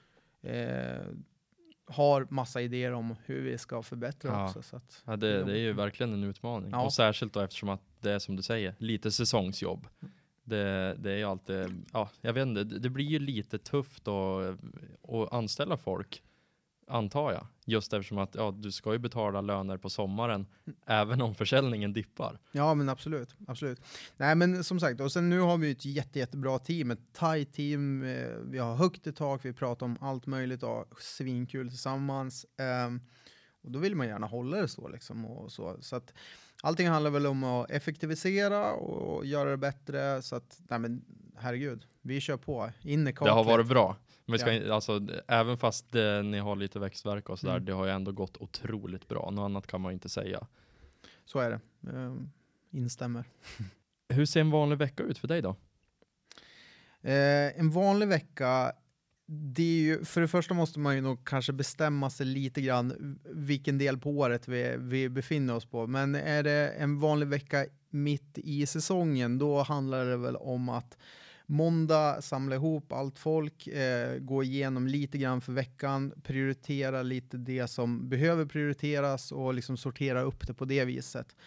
har massa idéer om hur vi ska förbättra också. Så att det är ju verkligen en utmaning. Ja. Och särskilt då eftersom att det är, som du säger, lite säsongsjobb. Det är ju alltid, jag vet inte, det blir ju lite tufft att anställa folk, antar jag. Just eftersom att du ska ju betala löner på sommaren även om försäljningen dippar. Ja, men absolut. Nej, men som sagt, och sen nu har vi ett jättebra team, ett tight team. Vi har högt i tak, vi pratar om allt möjligt och svinkul tillsammans. Och då vill man gärna hålla det så liksom, och så att allting handlar väl om att effektivisera och göra det bättre, så att nej men herregud, vi kör på in i kaklet. Det har varit bra. Men alltså, även fast ni har lite växtverk och sådär, det har ju ändå gått otroligt bra. Något annat kan man inte säga. Så är det. Instämmer. Hur ser en vanlig vecka ut för dig då? En vanlig vecka, det är ju, för det första måste man ju nog kanske bestämma sig lite grann vilken del på året vi befinner oss på. Men är det en vanlig vecka mitt i säsongen, då handlar det väl om att måndag samla ihop allt folk, gå igenom lite grann för veckan, prioritera lite det som behöver prioriteras och liksom sortera upp det på det viset.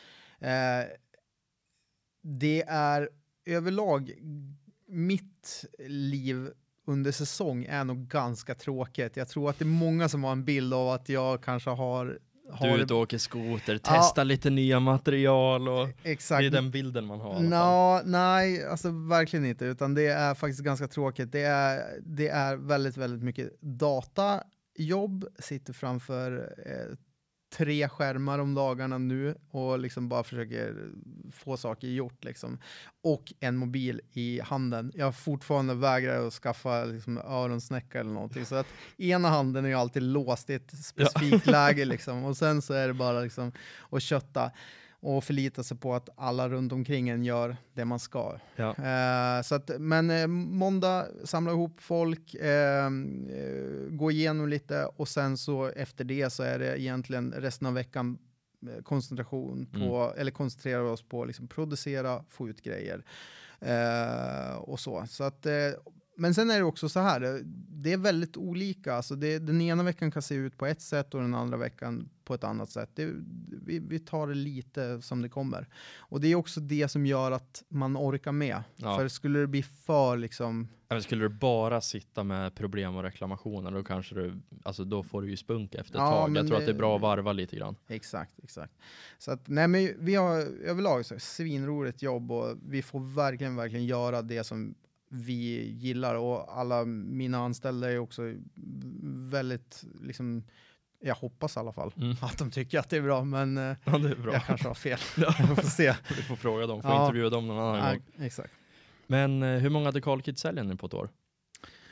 Det är överlag mitt liv under säsong är nog ganska tråkigt. Jag tror att det är många som har en bild av att jag kanske har du åker skoter, testa lite nya material och exakt. Det är den bilden man har. Nej, alltså verkligen inte, utan det är faktiskt ganska tråkigt. Det är väldigt, väldigt mycket datajobb, sitter framför 3 skärmar om dagarna nu och liksom bara försöker få saker gjort liksom. Och en mobil i handen. Jag fortfarande vägrar att skaffa liksom öronsnäcka eller någonting, så att ena handen är ju alltid låst i ett specifikt läge liksom, och sen så är det bara liksom att kötta och förlita sig på att alla runt omkring en gör det man ska. Ja. Så att, men måndag samla ihop folk, gå igenom lite, och sen så efter det så är det egentligen resten av veckan koncentration på, eller koncentrera oss på liksom producera, få ut grejer och så. Så att, men sen är det också så här, det är väldigt olika. Alltså den ena veckan kan se ut på ett sätt och den andra veckan på ett annat sätt. Vi tar det lite som det kommer. Och det är också det som gör att man orkar med. Ja. För skulle det bli för liksom... Men skulle du bara sitta med problem och reklamationer, då kanske då får du ju spunk efter ett tag. Jag tror att det är bra att varva lite grann. Exakt. Så att, nej, men vi har överlag så svinroligt jobb, och vi får verkligen göra det som vi gillar, och alla mina anställda är också väldigt liksom, jag hoppas i alla fall att de tycker att det är bra, men det är bra. Jag kanske har fel. Jag får se. Vi får fråga dem, får intervjua dem någon annan gång. Exakt. Men hur många dekalkit säljer ni på ett år?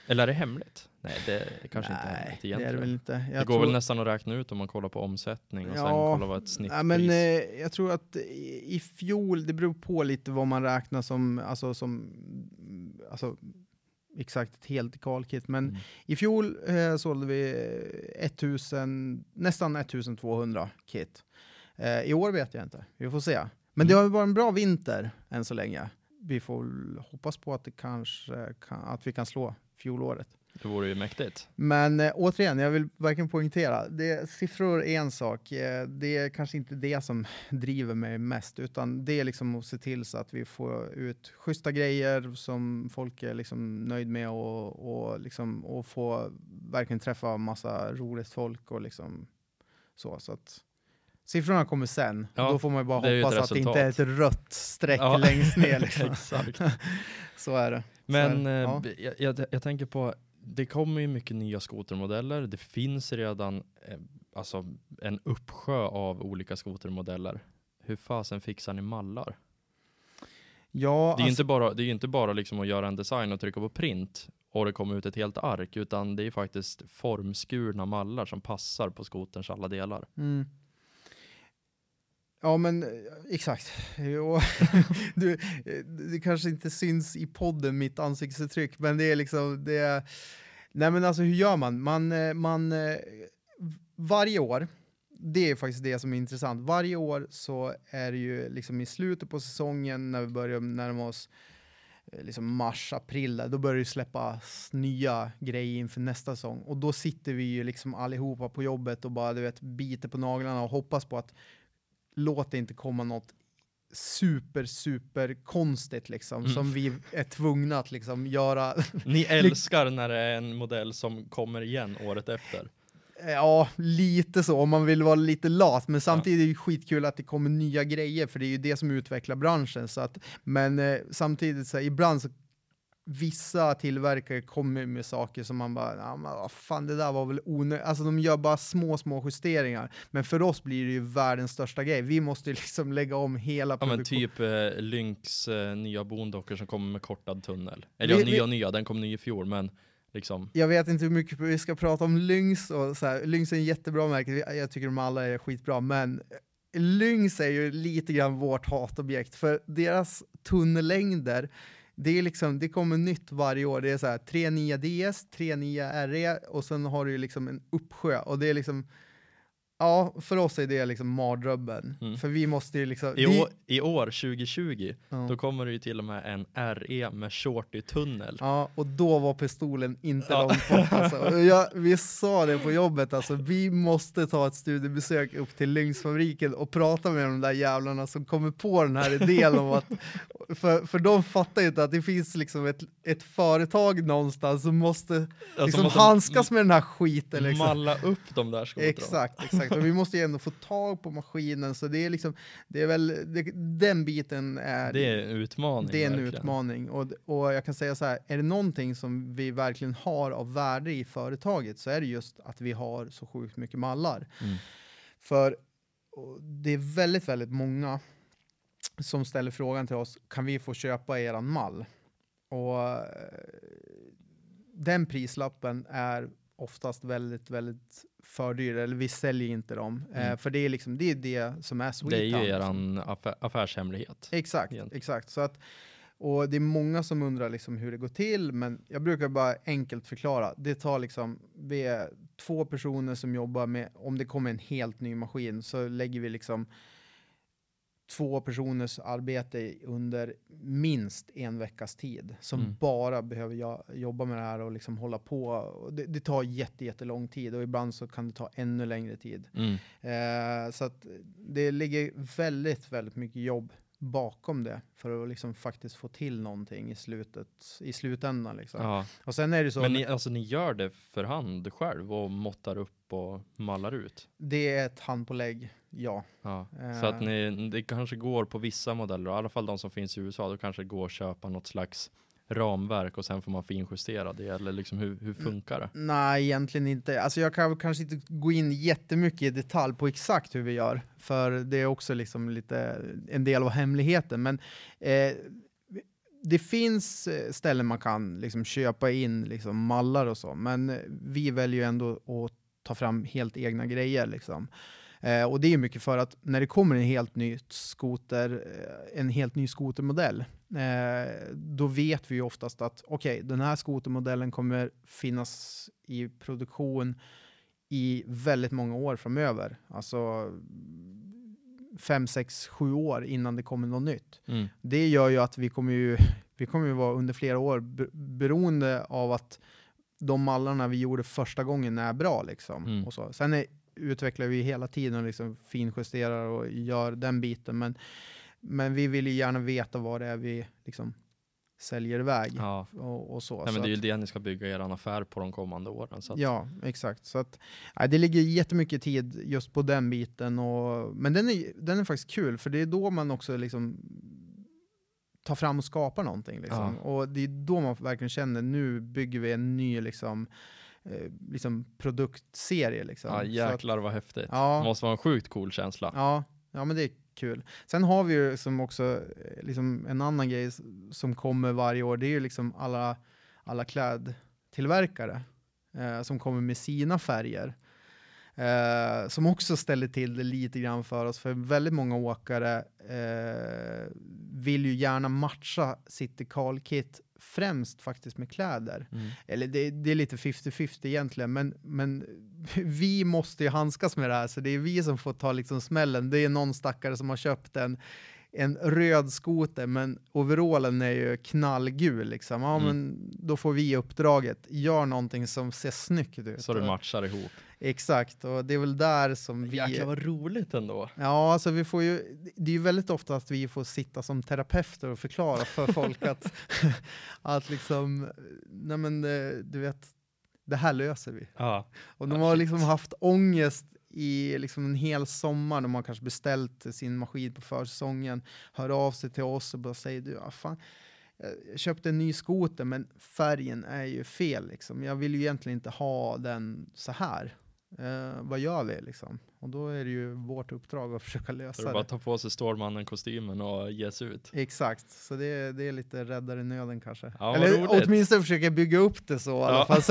Eller är det hemligt? Nej, det är kanske inte hemligt egentligen. Det är det väl inte. Det går väl nästan att räkna ut om man kollar på omsättning och sen kollar vad ett snittpris. Men jag tror att i fjol, det beror på lite vad man räknar som exakt ett helt dekalkit. Men i fjol sålde vi nästan 1200 kit. I år vet jag inte. Vi får se. Men det har varit en bra vinter än så länge. Vi får hoppas på att det att vi kan slå fjolåret. Det vore ju mäktigt. Men återigen, jag vill verkligen poängtera. Siffror är en sak. Det är kanske inte det som driver mig mest. Utan det är liksom att se till så att vi får ut schyssta grejer som folk är liksom nöjd med. Och få verkligen träffa massa roligt folk. Och liksom så att siffrorna kommer sen. Ja, då får man ju bara hoppas att det inte är ett rött streck längst ner. Liksom. Exakt. Så är det. Men jag tänker på, det kommer ju mycket nya skotermodeller. Det finns redan en uppsjö av olika skotermodeller. Hur fasen fixar ni mallar? Ja, det är ju inte bara liksom att göra en design och trycka på print och det kommer ut ett helt ark, utan det är faktiskt formskurna mallar som passar på skoterns alla delar. Mm. Ja, men exakt. Det kanske inte syns i podden, mitt ansiktsuttryck, men det är liksom nej, men alltså hur gör man? Man varje år, det är faktiskt det som är intressant. Varje år så är det ju liksom i slutet på säsongen när vi börjar närma oss liksom mars, april, då börjar det släppas nya grejer inför nästa säsong. Och då sitter vi ju liksom allihopa på jobbet och bara biter på naglarna och hoppas på att låt det inte komma något super konstigt liksom, som vi är tvungna att liksom göra. Ni älskar när det är en modell som kommer igen året efter. Ja, lite så, om man vill vara lite lat, men samtidigt är det skitkul att det kommer nya grejer, för det är ju det som utvecklar branschen. Så att, men samtidigt så ibland så vissa tillverkare kommer med saker som man bara, vad fan, det där var väl onödigt. Alltså de gör bara små justeringar. Men för oss blir det ju världens största grej. Vi måste liksom lägga om hela produktionen. Men typ Lynx nya bondockor som kommer med kortad tunnel. Eller nya, den kom ny i fjol, men liksom. Jag vet inte hur mycket vi ska prata om Lynx och så här. Lynx är en jättebra märke. Jag tycker de alla är skitbra, men Lynx är ju lite grann vårt hatobjekt, för deras tunnellängder, det är liksom, det kommer nytt varje år. Det är så här 3 nya DS, 3 nya RE och sen har du liksom en uppsjö, och det är liksom, ja, för oss är det liksom mardrömmen. För vi måste ju liksom i år 2020 då kommer det ju till och med en RE med shorty tunnel. Ja, och då var pistolen inte långt bort alltså. Vi sa det på jobbet, alltså vi måste ta ett studiebesök upp till Lynxfabriken och prata med de där jävlarna som kommer på den här idén om att för de fattar ju inte att det finns liksom ett företag någonstans som måste liksom handskas med den här skiten liksom. Malla upp de där skotrarna. Exakt. Och vi måste ju ändå få tag på maskinen, så det är liksom, det är väl den biten är. Det är en utmaning. Det är en utmaning, och jag kan säga så här, är det någonting som vi verkligen har av värde i företaget, så är det just att vi har så sjukt mycket mallar. För det är väldigt, väldigt många som ställer frågan till oss, kan vi få köpa eran mall? Och den prislappen är oftast väldigt, väldigt fördyr, eller vi säljer inte dem. För det är liksom, det är det som är Sweet. Det är ju eran affärshemlighet. Exakt. Så att, och det är många som undrar liksom hur det går till, men jag brukar bara enkelt förklara. Det tar liksom, vi är 2 personer som jobbar med, om det kommer en helt ny maskin så lägger vi liksom 2 personers arbete under minst 1 veckas tid som bara behöver jobba med det här och liksom hålla på. Det tar jättelång tid, och ibland så kan det ta ännu längre tid. Så att det ligger väldigt, väldigt mycket jobb bakom det för att liksom faktiskt få till någonting i slutändan liksom. Ja. Och sen är det så. Men ni gör det för hand själv och måttar upp och mallar ut? Det är ett handpålägg, ja. Så att det kanske går på vissa modeller, i alla fall de som finns i USA, då kanske det går att köpa något slags ramverk och sen får man finjustera det, eller liksom hur funkar det? Nej, egentligen inte. Alltså jag kan kanske inte gå in jättemycket i detalj på exakt hur vi gör, för det är också liksom lite en del av hemligheten, men det finns ställen man kan liksom köpa in liksom mallar och så, men vi väljer ju ändå att ta fram helt egna grejer liksom. Och det är mycket för att när det kommer en helt ny skotermodell, då vet vi ju oftast att den här skotermodellen kommer finnas i produktion i väldigt många år framöver. Alltså 5, 6, 7 år innan det kommer något nytt. Det gör ju att vi kommer ju vara under flera år beroende av att de mallarna vi gjorde första gången är bra liksom. Och så. Sen utvecklar vi hela tiden och liksom finjusterar och gör den biten, men vi vill ju gärna veta vad det är vi liksom säljer iväg och så. Nej, men det är ju det ni ska bygga er affär på de kommande åren. Så att... Ja, exakt. Så att, det ligger jättemycket tid just på den biten. Men den är faktiskt kul, för det är då man också liksom tar fram och skapar någonting. Liksom. Ja. Och det är då man verkligen känner, nu bygger vi en ny liksom produktserie. Liksom. Ja, jäklar vad häftigt. Det måste vara en sjukt cool känsla. Ja, men det är kul. Sen har vi ju som också liksom en annan grej som kommer varje år. Det är ju liksom alla klädtillverkare som kommer med sina färger. Som också ställer till det lite grann för oss. För väldigt många åkare vill ju gärna matcha sitt dekalkit främst faktiskt med kläder. Eller det är lite 50-50 egentligen, men vi måste ju handskas med det här, så det är vi som får ta liksom smällen. Det är någon stackare som har köpt en röd skoter, men overallen är ju knallgul liksom. Men då får vi uppdraget, gör någonting som ser snyggt ut. Så du matchar ihop. Exakt, och det är väl där som vi... Jäklar vad roligt ändå. Ja, alltså det är ju väldigt ofta att vi får sitta som terapeuter och förklara för folk att liksom, nej men du vet, det här löser vi. Ja. Och de har liksom haft ångest i liksom en hel sommar. De har kanske beställt sin maskin på försäsongen, hör av sig till oss och bara säger, du, fan, jag köpte en ny skoter, men färgen är ju fel liksom. Jag vill ju egentligen inte ha den så här. Vad gör vi liksom? Och då är det ju vårt uppdrag att försöka lösa det. Så bara ta på sig Stålmannen-kostymen och ge sig ut. Exakt, så det är lite räddare nöden kanske. Ja, eller åtminstone försöka bygga upp det så i alla fall.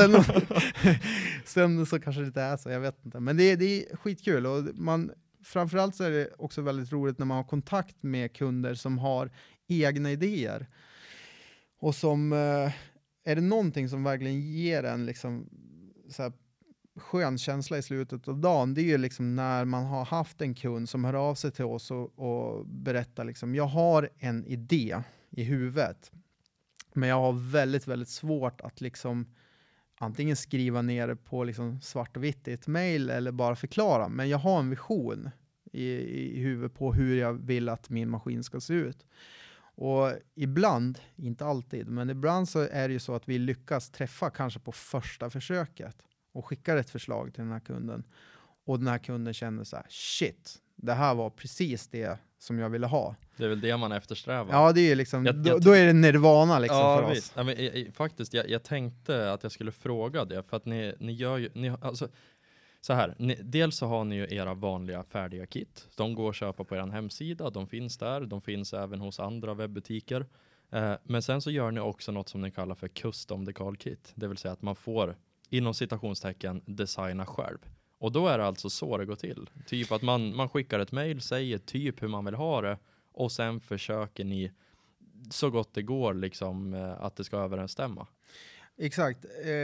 Sen så kanske det inte är så, jag vet inte. Men det är skitkul, och framförallt så är det också väldigt roligt när man har kontakt med kunder som har egna idéer. Och som är det någonting som verkligen ger en liksom så här skön känsla i slutet av dagen, det är ju liksom när man har haft en kund som hör av sig till oss och berättar liksom, jag har en idé i huvudet, men jag har väldigt, väldigt svårt att liksom antingen skriva ner det på liksom svart och vitt i ett mejl eller bara förklara, men jag har en vision i huvudet på hur jag vill att min maskin ska se ut. Och ibland, inte alltid, men ibland så är det ju så att vi lyckas träffa kanske på första försöket och skickar ett förslag till den här kunden. Och den här kunden känner så här, shit, det här var precis det som jag ville ha. Det är väl det man eftersträvar. Ja, det är liksom, då är det nirvana liksom för oss. Ja, men faktiskt, jag tänkte att jag skulle fråga det, för att ni gör ju, alltså, så här, dels så har ni ju era vanliga färdiga kit. De går att köpa på er hemsida, de finns där, de finns även hos andra webbutiker. Men sen så gör ni också något som ni kallar för custom dekalkit. Det vill säga att man får, inom citationstecken, designa själv. Och då är det alltså så det går till. Typ att man skickar ett mejl, säger typ hur man vill ha det, och sen försöker ni så gott det går liksom att det ska överensstämma. Exakt.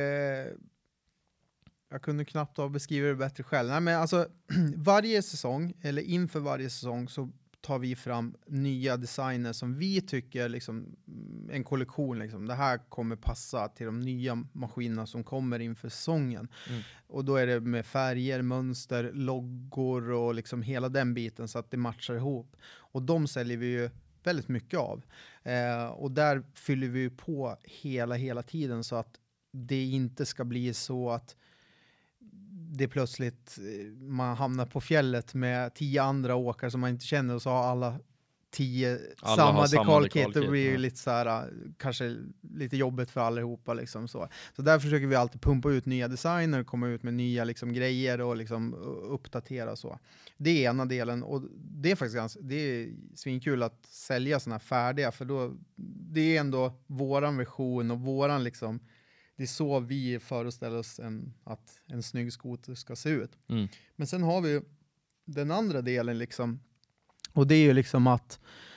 Jag kunde knappt ha beskrivit det bättre själv. Nej, men alltså, varje säsong, eller inför varje säsong, så tar vi fram nya designer som vi tycker, liksom, en kollektion, liksom, det här kommer passa till de nya maskinerna som kommer inför säsongen. Och då är det med färger, mönster, loggor och liksom hela den biten, så att det matchar ihop. Och de säljer vi ju väldigt mycket av. Och där fyller vi på hela tiden, så att det inte ska bli så att det plötsligt man hamnar på fjället med 10 andra åkare som man inte känner, och så har alla 10 Alla har samma samma dekalkit, det dekalkit, blir ju ja. lite så här, kanske lite jobbigt för allihopa liksom så där försöker vi alltid pumpa ut nya designer, komma ut med nya liksom grejer och liksom uppdatera så. Det är ena delen, och det är faktiskt det är svinkul att sälja såna här färdiga, för då det är ändå våran version och våran liksom, det är så vi föreställer oss att en snygg skoter ska se ut. Men sen har vi den andra delen liksom, och det är ju liksom att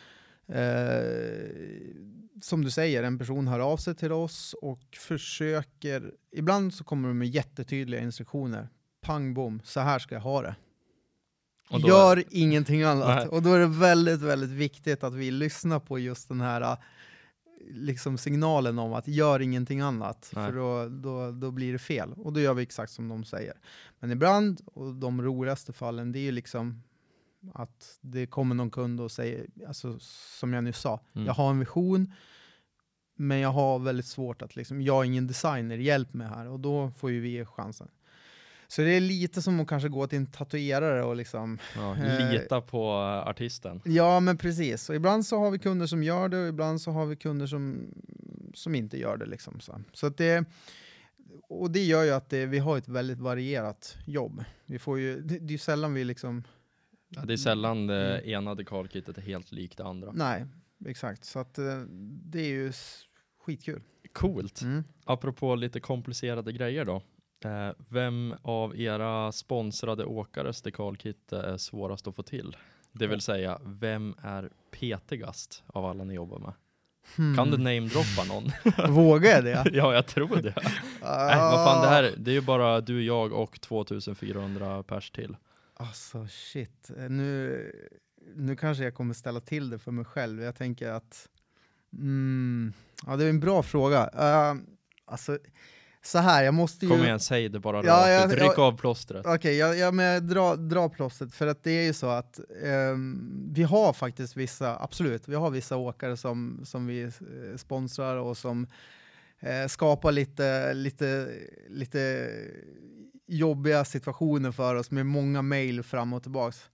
som du säger, en person hör av sig till oss och försöker, ibland så kommer de med jättetydliga instruktioner. Pang bom, så här ska jag ha det. Gör ingenting annat. Nej. Och då är det väldigt, väldigt viktigt att vi lyssnar på just den här liksom signalen om att gör ingenting annat. Nej. För då blir det fel. Och då gör vi exakt som de säger. Men ibland, och de roligaste fallen, det är ju liksom att det kommer någon kund och säger, alltså, som jag nyss sa, jag har en vision, men jag har väldigt svårt att liksom, jag är ingen designer, hjälp mig här, och då får ju vi chansen. Så det är lite som att kanske gå till en tatuerare och liksom lita på artisten. Ja, men precis. Och ibland så har vi kunder som gör det, och ibland så har vi kunder som inte gör det liksom så att det gör ju att vi har ett väldigt varierat jobb. Vi får ju, det är sällan vi liksom... Ja, det är sällan det ena dekalkitet är helt likt det andra. Nej, exakt. Så att det är ju skitkul. Coolt. Apropå lite komplicerade grejer då. Vem av era sponsrade åkares dekalkit är svårast att få till? Det vill säga, vem är petigast av alla ni jobbar med? Kan du namedroppa någon? Vågar jag det? Ja, jag tror det. Nej, vad fan, det är ju bara du, jag och 2400 pers till. Alltså shit, nu kanske jag kommer ställa till det för mig själv. Jag tänker att ja, det är en bra fråga. Alltså så här, jag måste ju... Kom igen, säg det bara rakt ut. Ryck av plåstret. Okej, men dra plåstret, för att det är ju så att vi har faktiskt vi har vissa åkare som vi sponsrar och som skapar lite jobbiga situationer för oss med många mejl fram och tillbaks.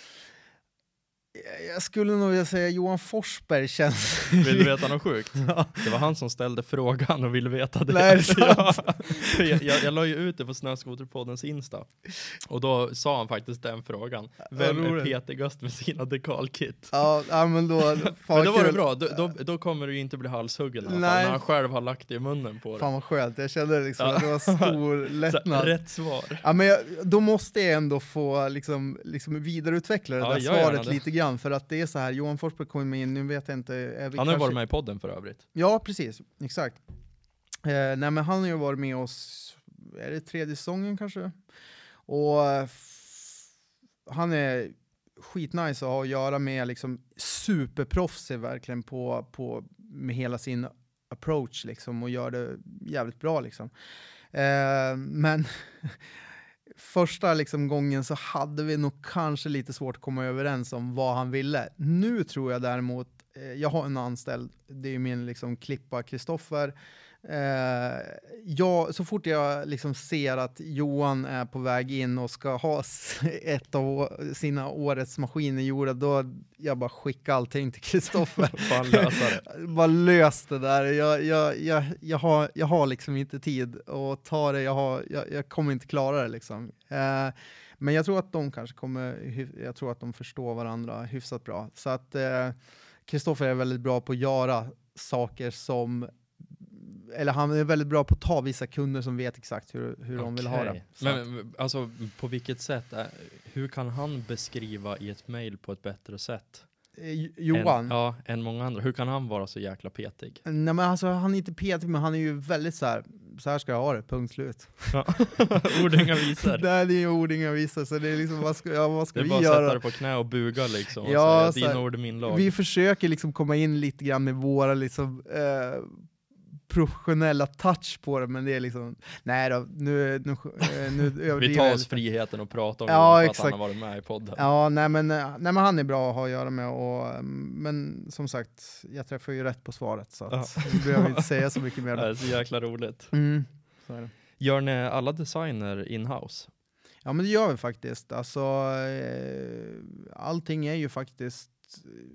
Jag skulle nog vilja säga Johan Forsberg känns... Vill du veta något sjukt? Ja. Det var han som ställde frågan och ville veta det. Nej, jag la ju ut det på Snöskoterpoddens Insta. Och då sa han faktiskt den frågan. Vem är petigast med sina dekalkit? Ja, men då... Men då var det bra. Då kommer du ju inte bli halshuggen. När han själv har lagt det i munnen på det. Fan vad skönt. Jag kände liksom att det var stor lättnad. Rätt svar. Ja, men då måste jag ändå få liksom vidareutveckla det där svaret lite grann. För att det är så här, Johan Forsberg kom in, nu vet jag inte... Han har ju varit med i podden för övrigt. Ja, precis. Exakt. Nej, men han har ju varit med oss, är det 3:e säsongen kanske? Och han är skitnice att ha att göra med, liksom superproffsig verkligen på med hela sin approach liksom, och gör det jävligt bra liksom. Men första liksom gången så hade vi nog kanske lite svårt att komma överens om vad han ville. Nu tror jag däremot, jag har en anställd, det är min liksom klippa Kristoffer. Så fort jag liksom ser att Johan är på väg in och ska ha ett av sina årets maskiner gjorda, då jag bara skickar allting till Kristoffer. Bara lös det där. Jag har liksom inte tid att ta det. Jag kommer inte klara det liksom. Men jag tror att de kanske jag tror att de förstår varandra hyfsat bra. Så att Kristoffer är väldigt bra på att göra saker eller han är väldigt bra på att ta vissa kunder som vet exakt hur de vill ha det. Men alltså, på vilket sätt? Hur kan han beskriva i ett mejl på ett bättre sätt? Johan? Än många andra. Hur kan han vara så jäkla petig? Nej, men alltså, han är inte petig, men han är ju väldigt så här ska jag ha det, punkt slut. Ja. Ord inga visor. Nej, det är ord inga visor, så det är liksom, vad ska vi göra? Det är bara att sätta det på knä och buga liksom. Ja, dina ord är min lag. Vi försöker liksom komma in lite grann med våra liksom professionella touch på det, men det är liksom, nej då, nu vi tar oss friheten och pratar om det, att han har varit med i podden. Ja, nej men han är bra att ha att göra med, men som sagt, jag träffar ju rätt på svaret, så att vi behöver inte säga så mycket mer. Det är så jäkla roligt. Så är det. Gör ni alla designer in-house? Ja, men det gör vi faktiskt. Alltså, allting är ju faktiskt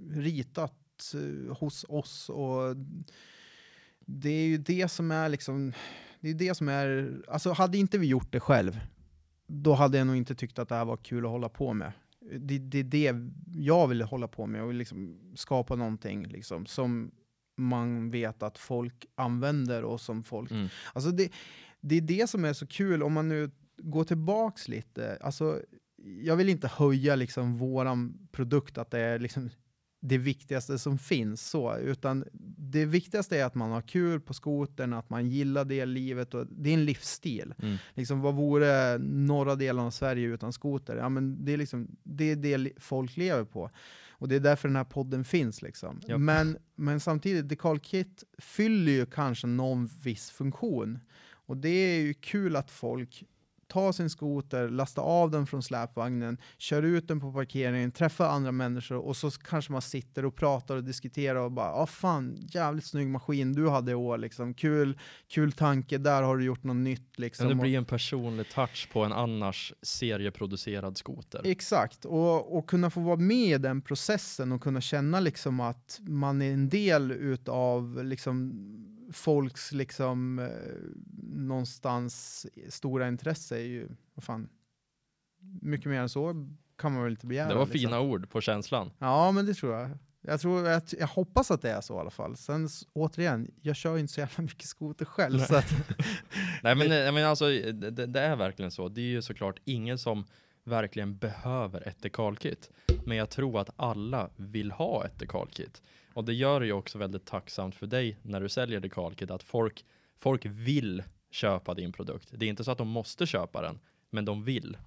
ritat hos oss, och det är ju det som är liksom, det är det som är, alltså hade inte vi gjort det själv, då hade jag nog inte tyckt att det här var kul att hålla på med. Det är det jag ville hålla på med, och liksom skapa någonting liksom, som man vet att folk använder och som folk... Alltså det är det som är så kul, om man nu går tillbaks lite. Alltså, jag vill inte höja liksom våran produkt, att det är liksom det viktigaste som finns, så, utan det viktigaste är att man har kul på skotern, att man gillar det livet, och det är en livsstil. Liksom, vad vore norra delen av Sverige utan skoter? Ja, men det är liksom, det är det folk lever på, och det är därför den här podden finns liksom. Yep. Men samtidigt, Dekalkit fyller ju kanske någon viss funktion, och det är ju kul att folk tar sin skoter, lastar av den från släpvagnen, kör ut den på parkeringen, träffar andra människor, och så kanske man sitter och pratar och diskuterar och bara, fan, jävligt snygg maskin du hade i år, liksom. Kul tanke, där har du gjort något nytt liksom. Men det blir en personlig touch på en annars serieproducerad skoter. Exakt, och kunna få vara med i den processen och kunna känna liksom att man är en del utav liksom folks liksom någonstans stora intresse, är ju, vad fan, mycket mer än så kan man väl inte begära. Det var liksom fina ord på känslan. Ja, men det tror jag. Jag hoppas att det är så i alla fall. Sen återigen, jag kör ju inte så jävla mycket skoter själv. Så att Nej, men alltså, det är verkligen så. Det är ju såklart ingen som verkligen behöver ett dekalkit. Men jag tror att alla vill ha ett dekalkit. Och det gör det ju också väldigt tacksamt för dig när du säljer dekalkit, att folk vill köpa din produkt. Det är inte så att de måste köpa den, men de vill.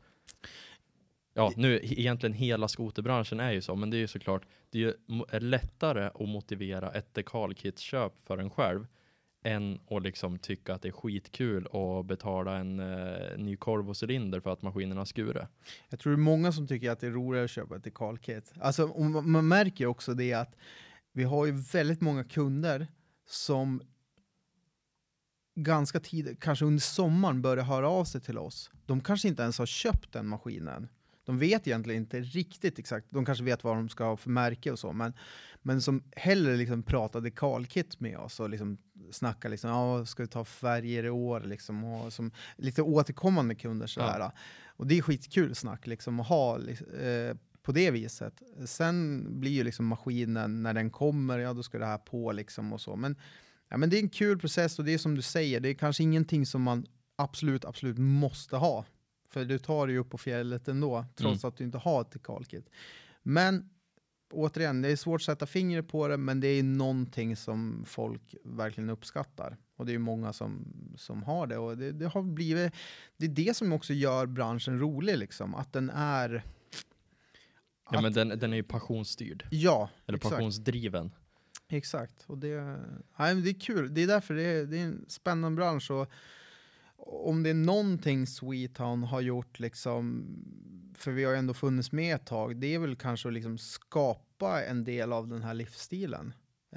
Ja, nu egentligen hela skoterbranschen är ju så, men det är ju såklart, det är ju lättare att motivera ett dekalkitköp för en själv än att liksom tycka att det är skitkul att betala en ny korv och cylinder för att maskinen har skurit. Jag tror det är många som tycker att det är roligare att köpa ett dekalkit. Alltså, man märker också det att vi har ju väldigt många kunder som ganska tidigt, kanske under sommaren, börjar höra av sig till oss. De kanske inte ens har köpt den maskinen. De vet egentligen inte riktigt exakt. De kanske vet vad de ska ha för märke och så. Men som hellre liksom pratar dekalkit med oss och liksom snackar liksom, ska vi ta färger i år liksom, och som lite återkommande kunder så här. Ja. Och det är skitkul snack liksom att ha på det viset. Sen blir ju liksom maskinen, när den kommer, då ska det här på liksom och så. Men det är en kul process, och det är som du säger, det är kanske ingenting som man absolut måste ha. För du tar dig upp på fjället ändå, trots att du inte har ett dekalkit. Men återigen, det är svårt att sätta fingret på det, men det är någonting som folk verkligen uppskattar. Och det är många som har det. Och det har blivit, det är det som också gör branschen rolig, liksom. Att den är... Ja, men den är ju passionsstyrd. Ja, eller exakt. Passionsdriven. Exakt. Och det är kul. Det är därför det är en spännande bransch. Och om det är någonting Sweetown har gjort, liksom, för vi har ju ändå funnits med ett tag, det är väl kanske att liksom skapa en del av den här livsstilen.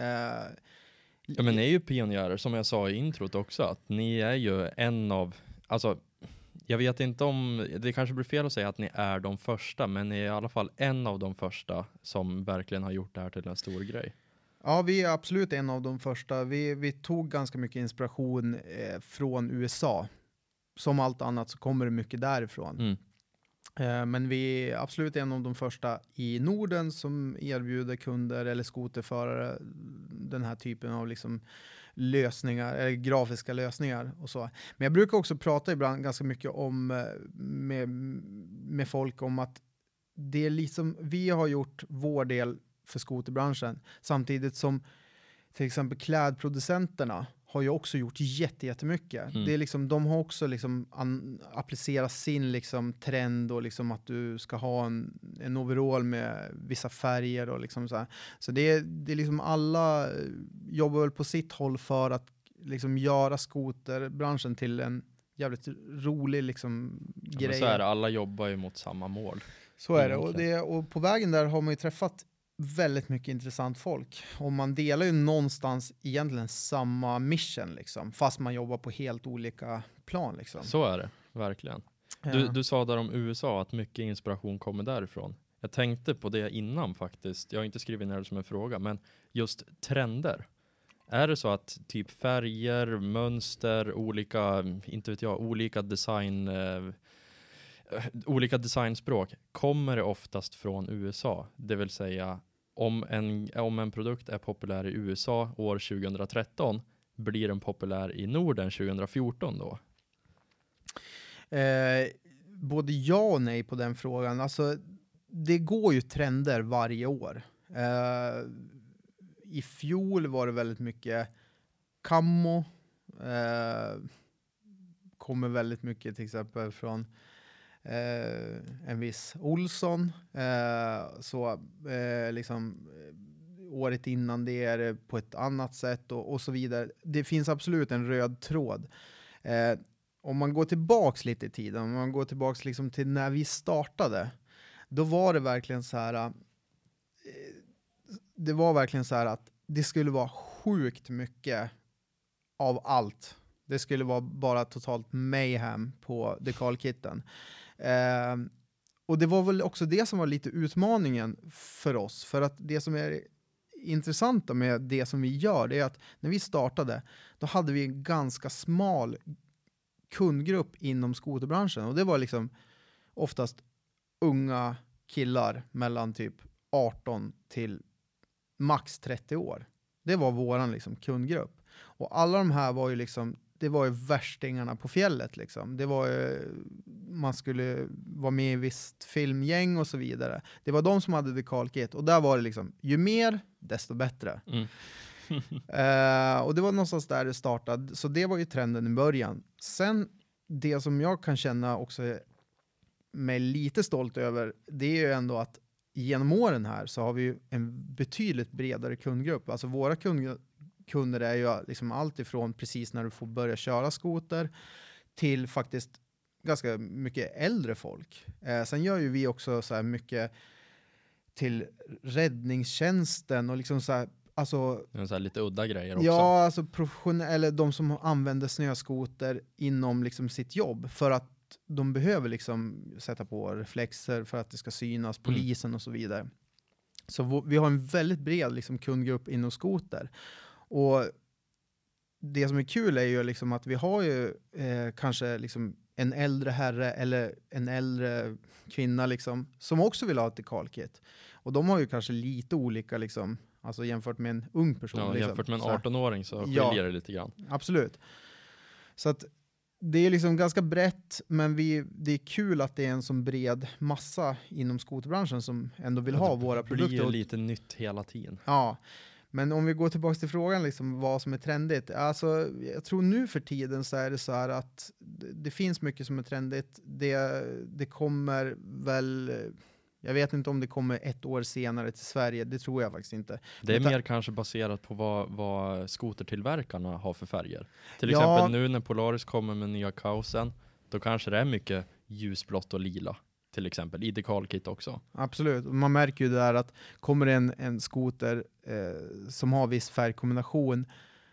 Ja, men ni är ju pionjärer, som jag sa i introt också, att ni är ju en av, alltså, jag vet inte om, det kanske blir fel att säga att ni är de första, men ni är i alla fall en av de första som verkligen har gjort det här till en stor grej. Ja, vi är absolut en av de första. Vi tog ganska mycket inspiration från USA. Som allt annat så kommer det mycket därifrån. Men vi är absolut en av de första i Norden som erbjuder kunder eller skoterförare den här typen av liksom lösningar, eller grafiska lösningar och så. Men jag brukar också prata ibland ganska mycket om med folk om att det är liksom, vi har gjort vår del för skoterbranschen, samtidigt som till exempel klädproducenterna har ju också gjort jättemycket. Det är liksom, de har också liksom applicerat sin liksom trend, och liksom att du ska ha en overall med vissa färger och liksom så här. Så det är liksom, alla jobbar väl på sitt håll för att liksom göra skoterbranschen till en jävligt rolig liksom grej. Men så är det, alla jobbar ju mot samma mål. Så är det. Och på vägen där har man ju träffat väldigt mycket intressant folk. Och man delar ju någonstans egentligen samma mission liksom, fast man jobbar på helt olika plan liksom. Så är det, verkligen. Du sa där om USA att mycket inspiration kommer därifrån. Jag tänkte på det innan faktiskt. Jag har inte skrivit ner det som en fråga, men just trender. Är det så att typ färger, mönster, olika design, olika designspråk, kommer det oftast från USA? Det vill säga, om en produkt är populär i USA år 2013, blir den populär i Norden 2014 då? Både ja och nej på den frågan. Alltså, det går ju trender varje år. I fjol var det väldigt mycket camo. Kommer väldigt mycket till exempel från en viss Olsson. Året innan det är det på ett annat sätt och så vidare. Det finns absolut en röd tråd. Om man går tillbaks lite i tiden, om man går tillbaks liksom till när vi startade, då var det verkligen så här. Det var verkligen så här att det skulle vara sjukt mycket av allt. Det skulle vara bara totalt mayhem på dekalkitten. Och det var väl också det som var lite utmaningen för oss. För att det som är intressanta med det som vi gör, det är att när vi startade, då hade vi en ganska smal kundgrupp inom skoterbranschen. Och det var liksom oftast unga killar mellan typ 18 till max 30 år. Det var våran liksom kundgrupp. Och alla de här var ju liksom, det var ju värstingarna på fjället liksom. Det var ju, man skulle vara med i visst filmgäng och så vidare. Det var de som hade dekalkit. Och där var det liksom, ju mer, desto bättre. Och det var någonstans där det startade. Så det var ju trenden i början. Sen, det som jag kan känna också mig lite stolt över, det är ju ändå att genom åren här så har vi ju en betydligt bredare kundgrupp. Alltså våra kunder är ju liksom allt ifrån precis när du får börja köra skoter till faktiskt ganska mycket äldre folk. Sen gör ju vi också så här mycket till räddningstjänsten och liksom så här, alltså, så här lite udda grejer också. Ja, alltså eller de som använder snöskoter inom liksom sitt jobb för att de behöver liksom sätta på reflexer för att det ska synas, polisen och så vidare. Så vi har en väldigt bred liksom kundgrupp inom skoter. Och det som är kul är ju liksom att vi har ju kanske liksom en äldre herre eller en äldre kvinna liksom, som också vill ha ett dekalkit. Och de har ju kanske lite olika liksom, alltså jämfört med en ung person. Ja, liksom. Jämfört med en 18-åring så skiljer det lite grann. Absolut. Så att det är liksom ganska brett, men det är kul att det är en sån bred massa inom skoterbranschen som ändå vill ha våra produkter. Det blir lite nytt hela tiden. Ja, men om vi går tillbaka till frågan liksom, vad som är trendigt. Alltså, jag tror nu för tiden så är det så här att det finns mycket som är trendigt. Det kommer väl... Jag vet inte om det kommer 1 år senare till Sverige. Det tror jag faktiskt inte. Det är mer kanske baserat på vad skotertillverkarna har för färger. Till exempel nu när Polaris kommer med nya kaosen, då kanske det är mycket ljusblått och lila. Till exempel i dekalkit också. Absolut. Man märker ju där att kommer en skoter som har viss färgkombination,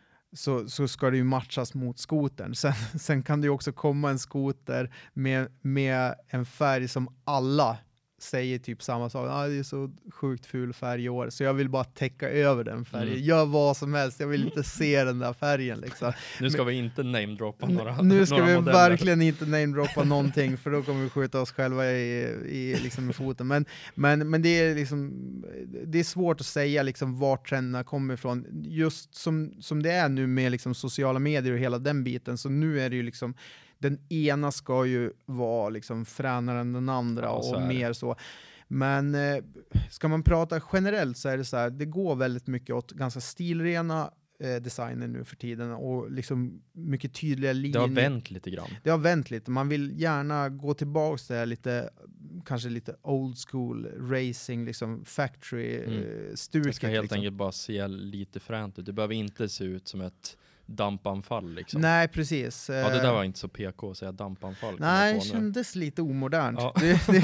så ska det ju matchas mot skotern. Sen kan det ju också komma en skoter med en färg som alla säger typ samma sak. Det är så sjukt ful färg i år, så jag vill bara täcka över den färgen. Gör vad som helst, jag vill inte se den där färgen liksom. Nu ska vi inte namedroppa några Nu ska vi modeller. verkligen inte namedroppa någonting, för då kommer vi skjuta oss själva liksom i foten. Men det är liksom, det är svårt att säga liksom vart trenderna kommer ifrån. Just som det är nu med liksom sociala medier och hela den biten, så nu är det ju liksom den ena ska ju vara liksom fränare än den andra och mer så. Men ska man prata generellt så är det så här, det går väldigt mycket åt ganska stilrena designer nu för tiden och liksom mycket tydliga linjer. Det har vänt lite grann. Det har vänt lite. Man vill gärna gå tillbaka till det lite, kanske lite old school racing, liksom factory stuket. Det ska helt liksom enkelt bara se lite fränt ut. Det behöver inte se ut som ett dampanfall liksom. Nej, precis. Ja, det där var inte så PK att säga dampanfall. Nej, det kändes lite omodernt. Ja.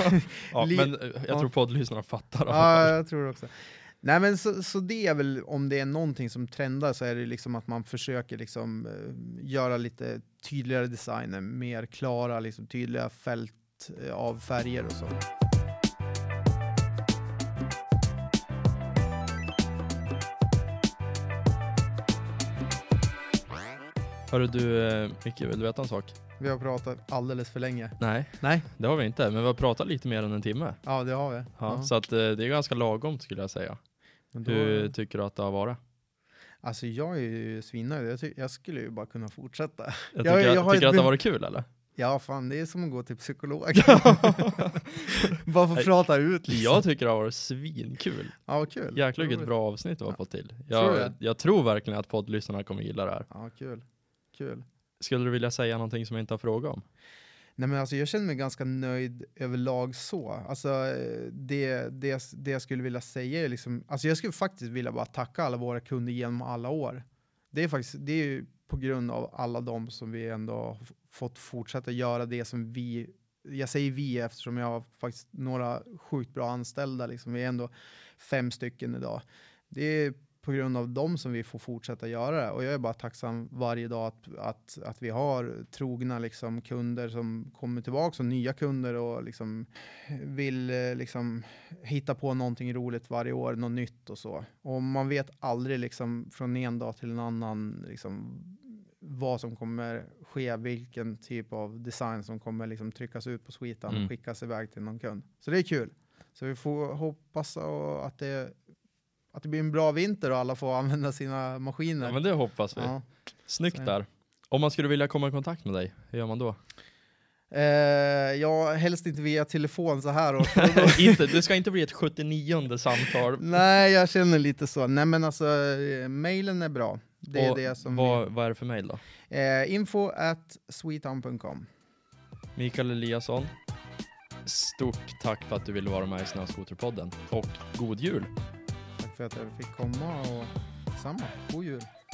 Men jag tror poddlyssnarna fattar. Ja, jag tror också. Nej, men så det är väl, om det är någonting som trendar, så är det liksom att man försöker liksom göra lite tydligare designer, mer klara, liksom tydliga fält av färger och så. Hörru du, Micke, vill du veta en sak? Vi har pratat alldeles för länge. Nej, det har vi inte. Men vi har pratat lite mer än en timme. Ja, det har vi. Ja. Så att det är ganska lagom skulle jag säga. Hur tycker du att det har varit? Alltså jag är ju svinnöjd. Jag skulle ju bara kunna fortsätta. Jag tycker att det har varit kul, eller? Ja, fan, det är som att gå till psykolog. Bara få prata ut liksom. Jag tycker det har varit svinkul. Ja, kul. Jäklar vilket bra avsnitt du har fått till. Tror Jag tror verkligen att poddlyssnarna kommer gilla det här. Ja, kul. Skulle du vilja säga någonting som jag inte har frågat om? Nej, men alltså jag känner mig ganska nöjd överlag så. Alltså det jag skulle vilja säga är liksom, alltså jag skulle faktiskt vilja bara tacka alla våra kunder genom alla år. Det är ju på grund av alla dem som vi ändå har fått fortsätta göra det som jag säger vi eftersom jag har faktiskt några sjukt bra anställda liksom. Vi är ändå 5 stycken idag. Det är på grund av dem som vi får fortsätta göra det. Och jag är bara tacksam varje dag att vi har trogna liksom, kunder som kommer tillbaka och nya kunder och liksom, vill liksom, hitta på någonting roligt varje år, något nytt och så. Och man vet aldrig liksom, från en dag till en annan liksom, vad som kommer ske, vilken typ av design som kommer liksom, tryckas ut på Sweetan och skickas iväg till någon kund. Så det är kul. Så vi får hoppas att det blir en bra vinter och alla får använda sina maskiner. Ja, men det hoppas vi. Ja. Snyggt så. Där. Om man skulle vilja komma i kontakt med dig, hur gör man då? Ja, helst inte via telefon så här. Och Det ska inte bli ett 79:e samtal. Nej, jag känner lite så. Nej, men alltså, mailen är bra. Det är det som vad är det för mail då? info@sweetan.com. Mikael Eliasson, stort tack för att du ville vara med i Snöskoterpodden. Och god jul! Tack för att jag fick komma och samma. God jul!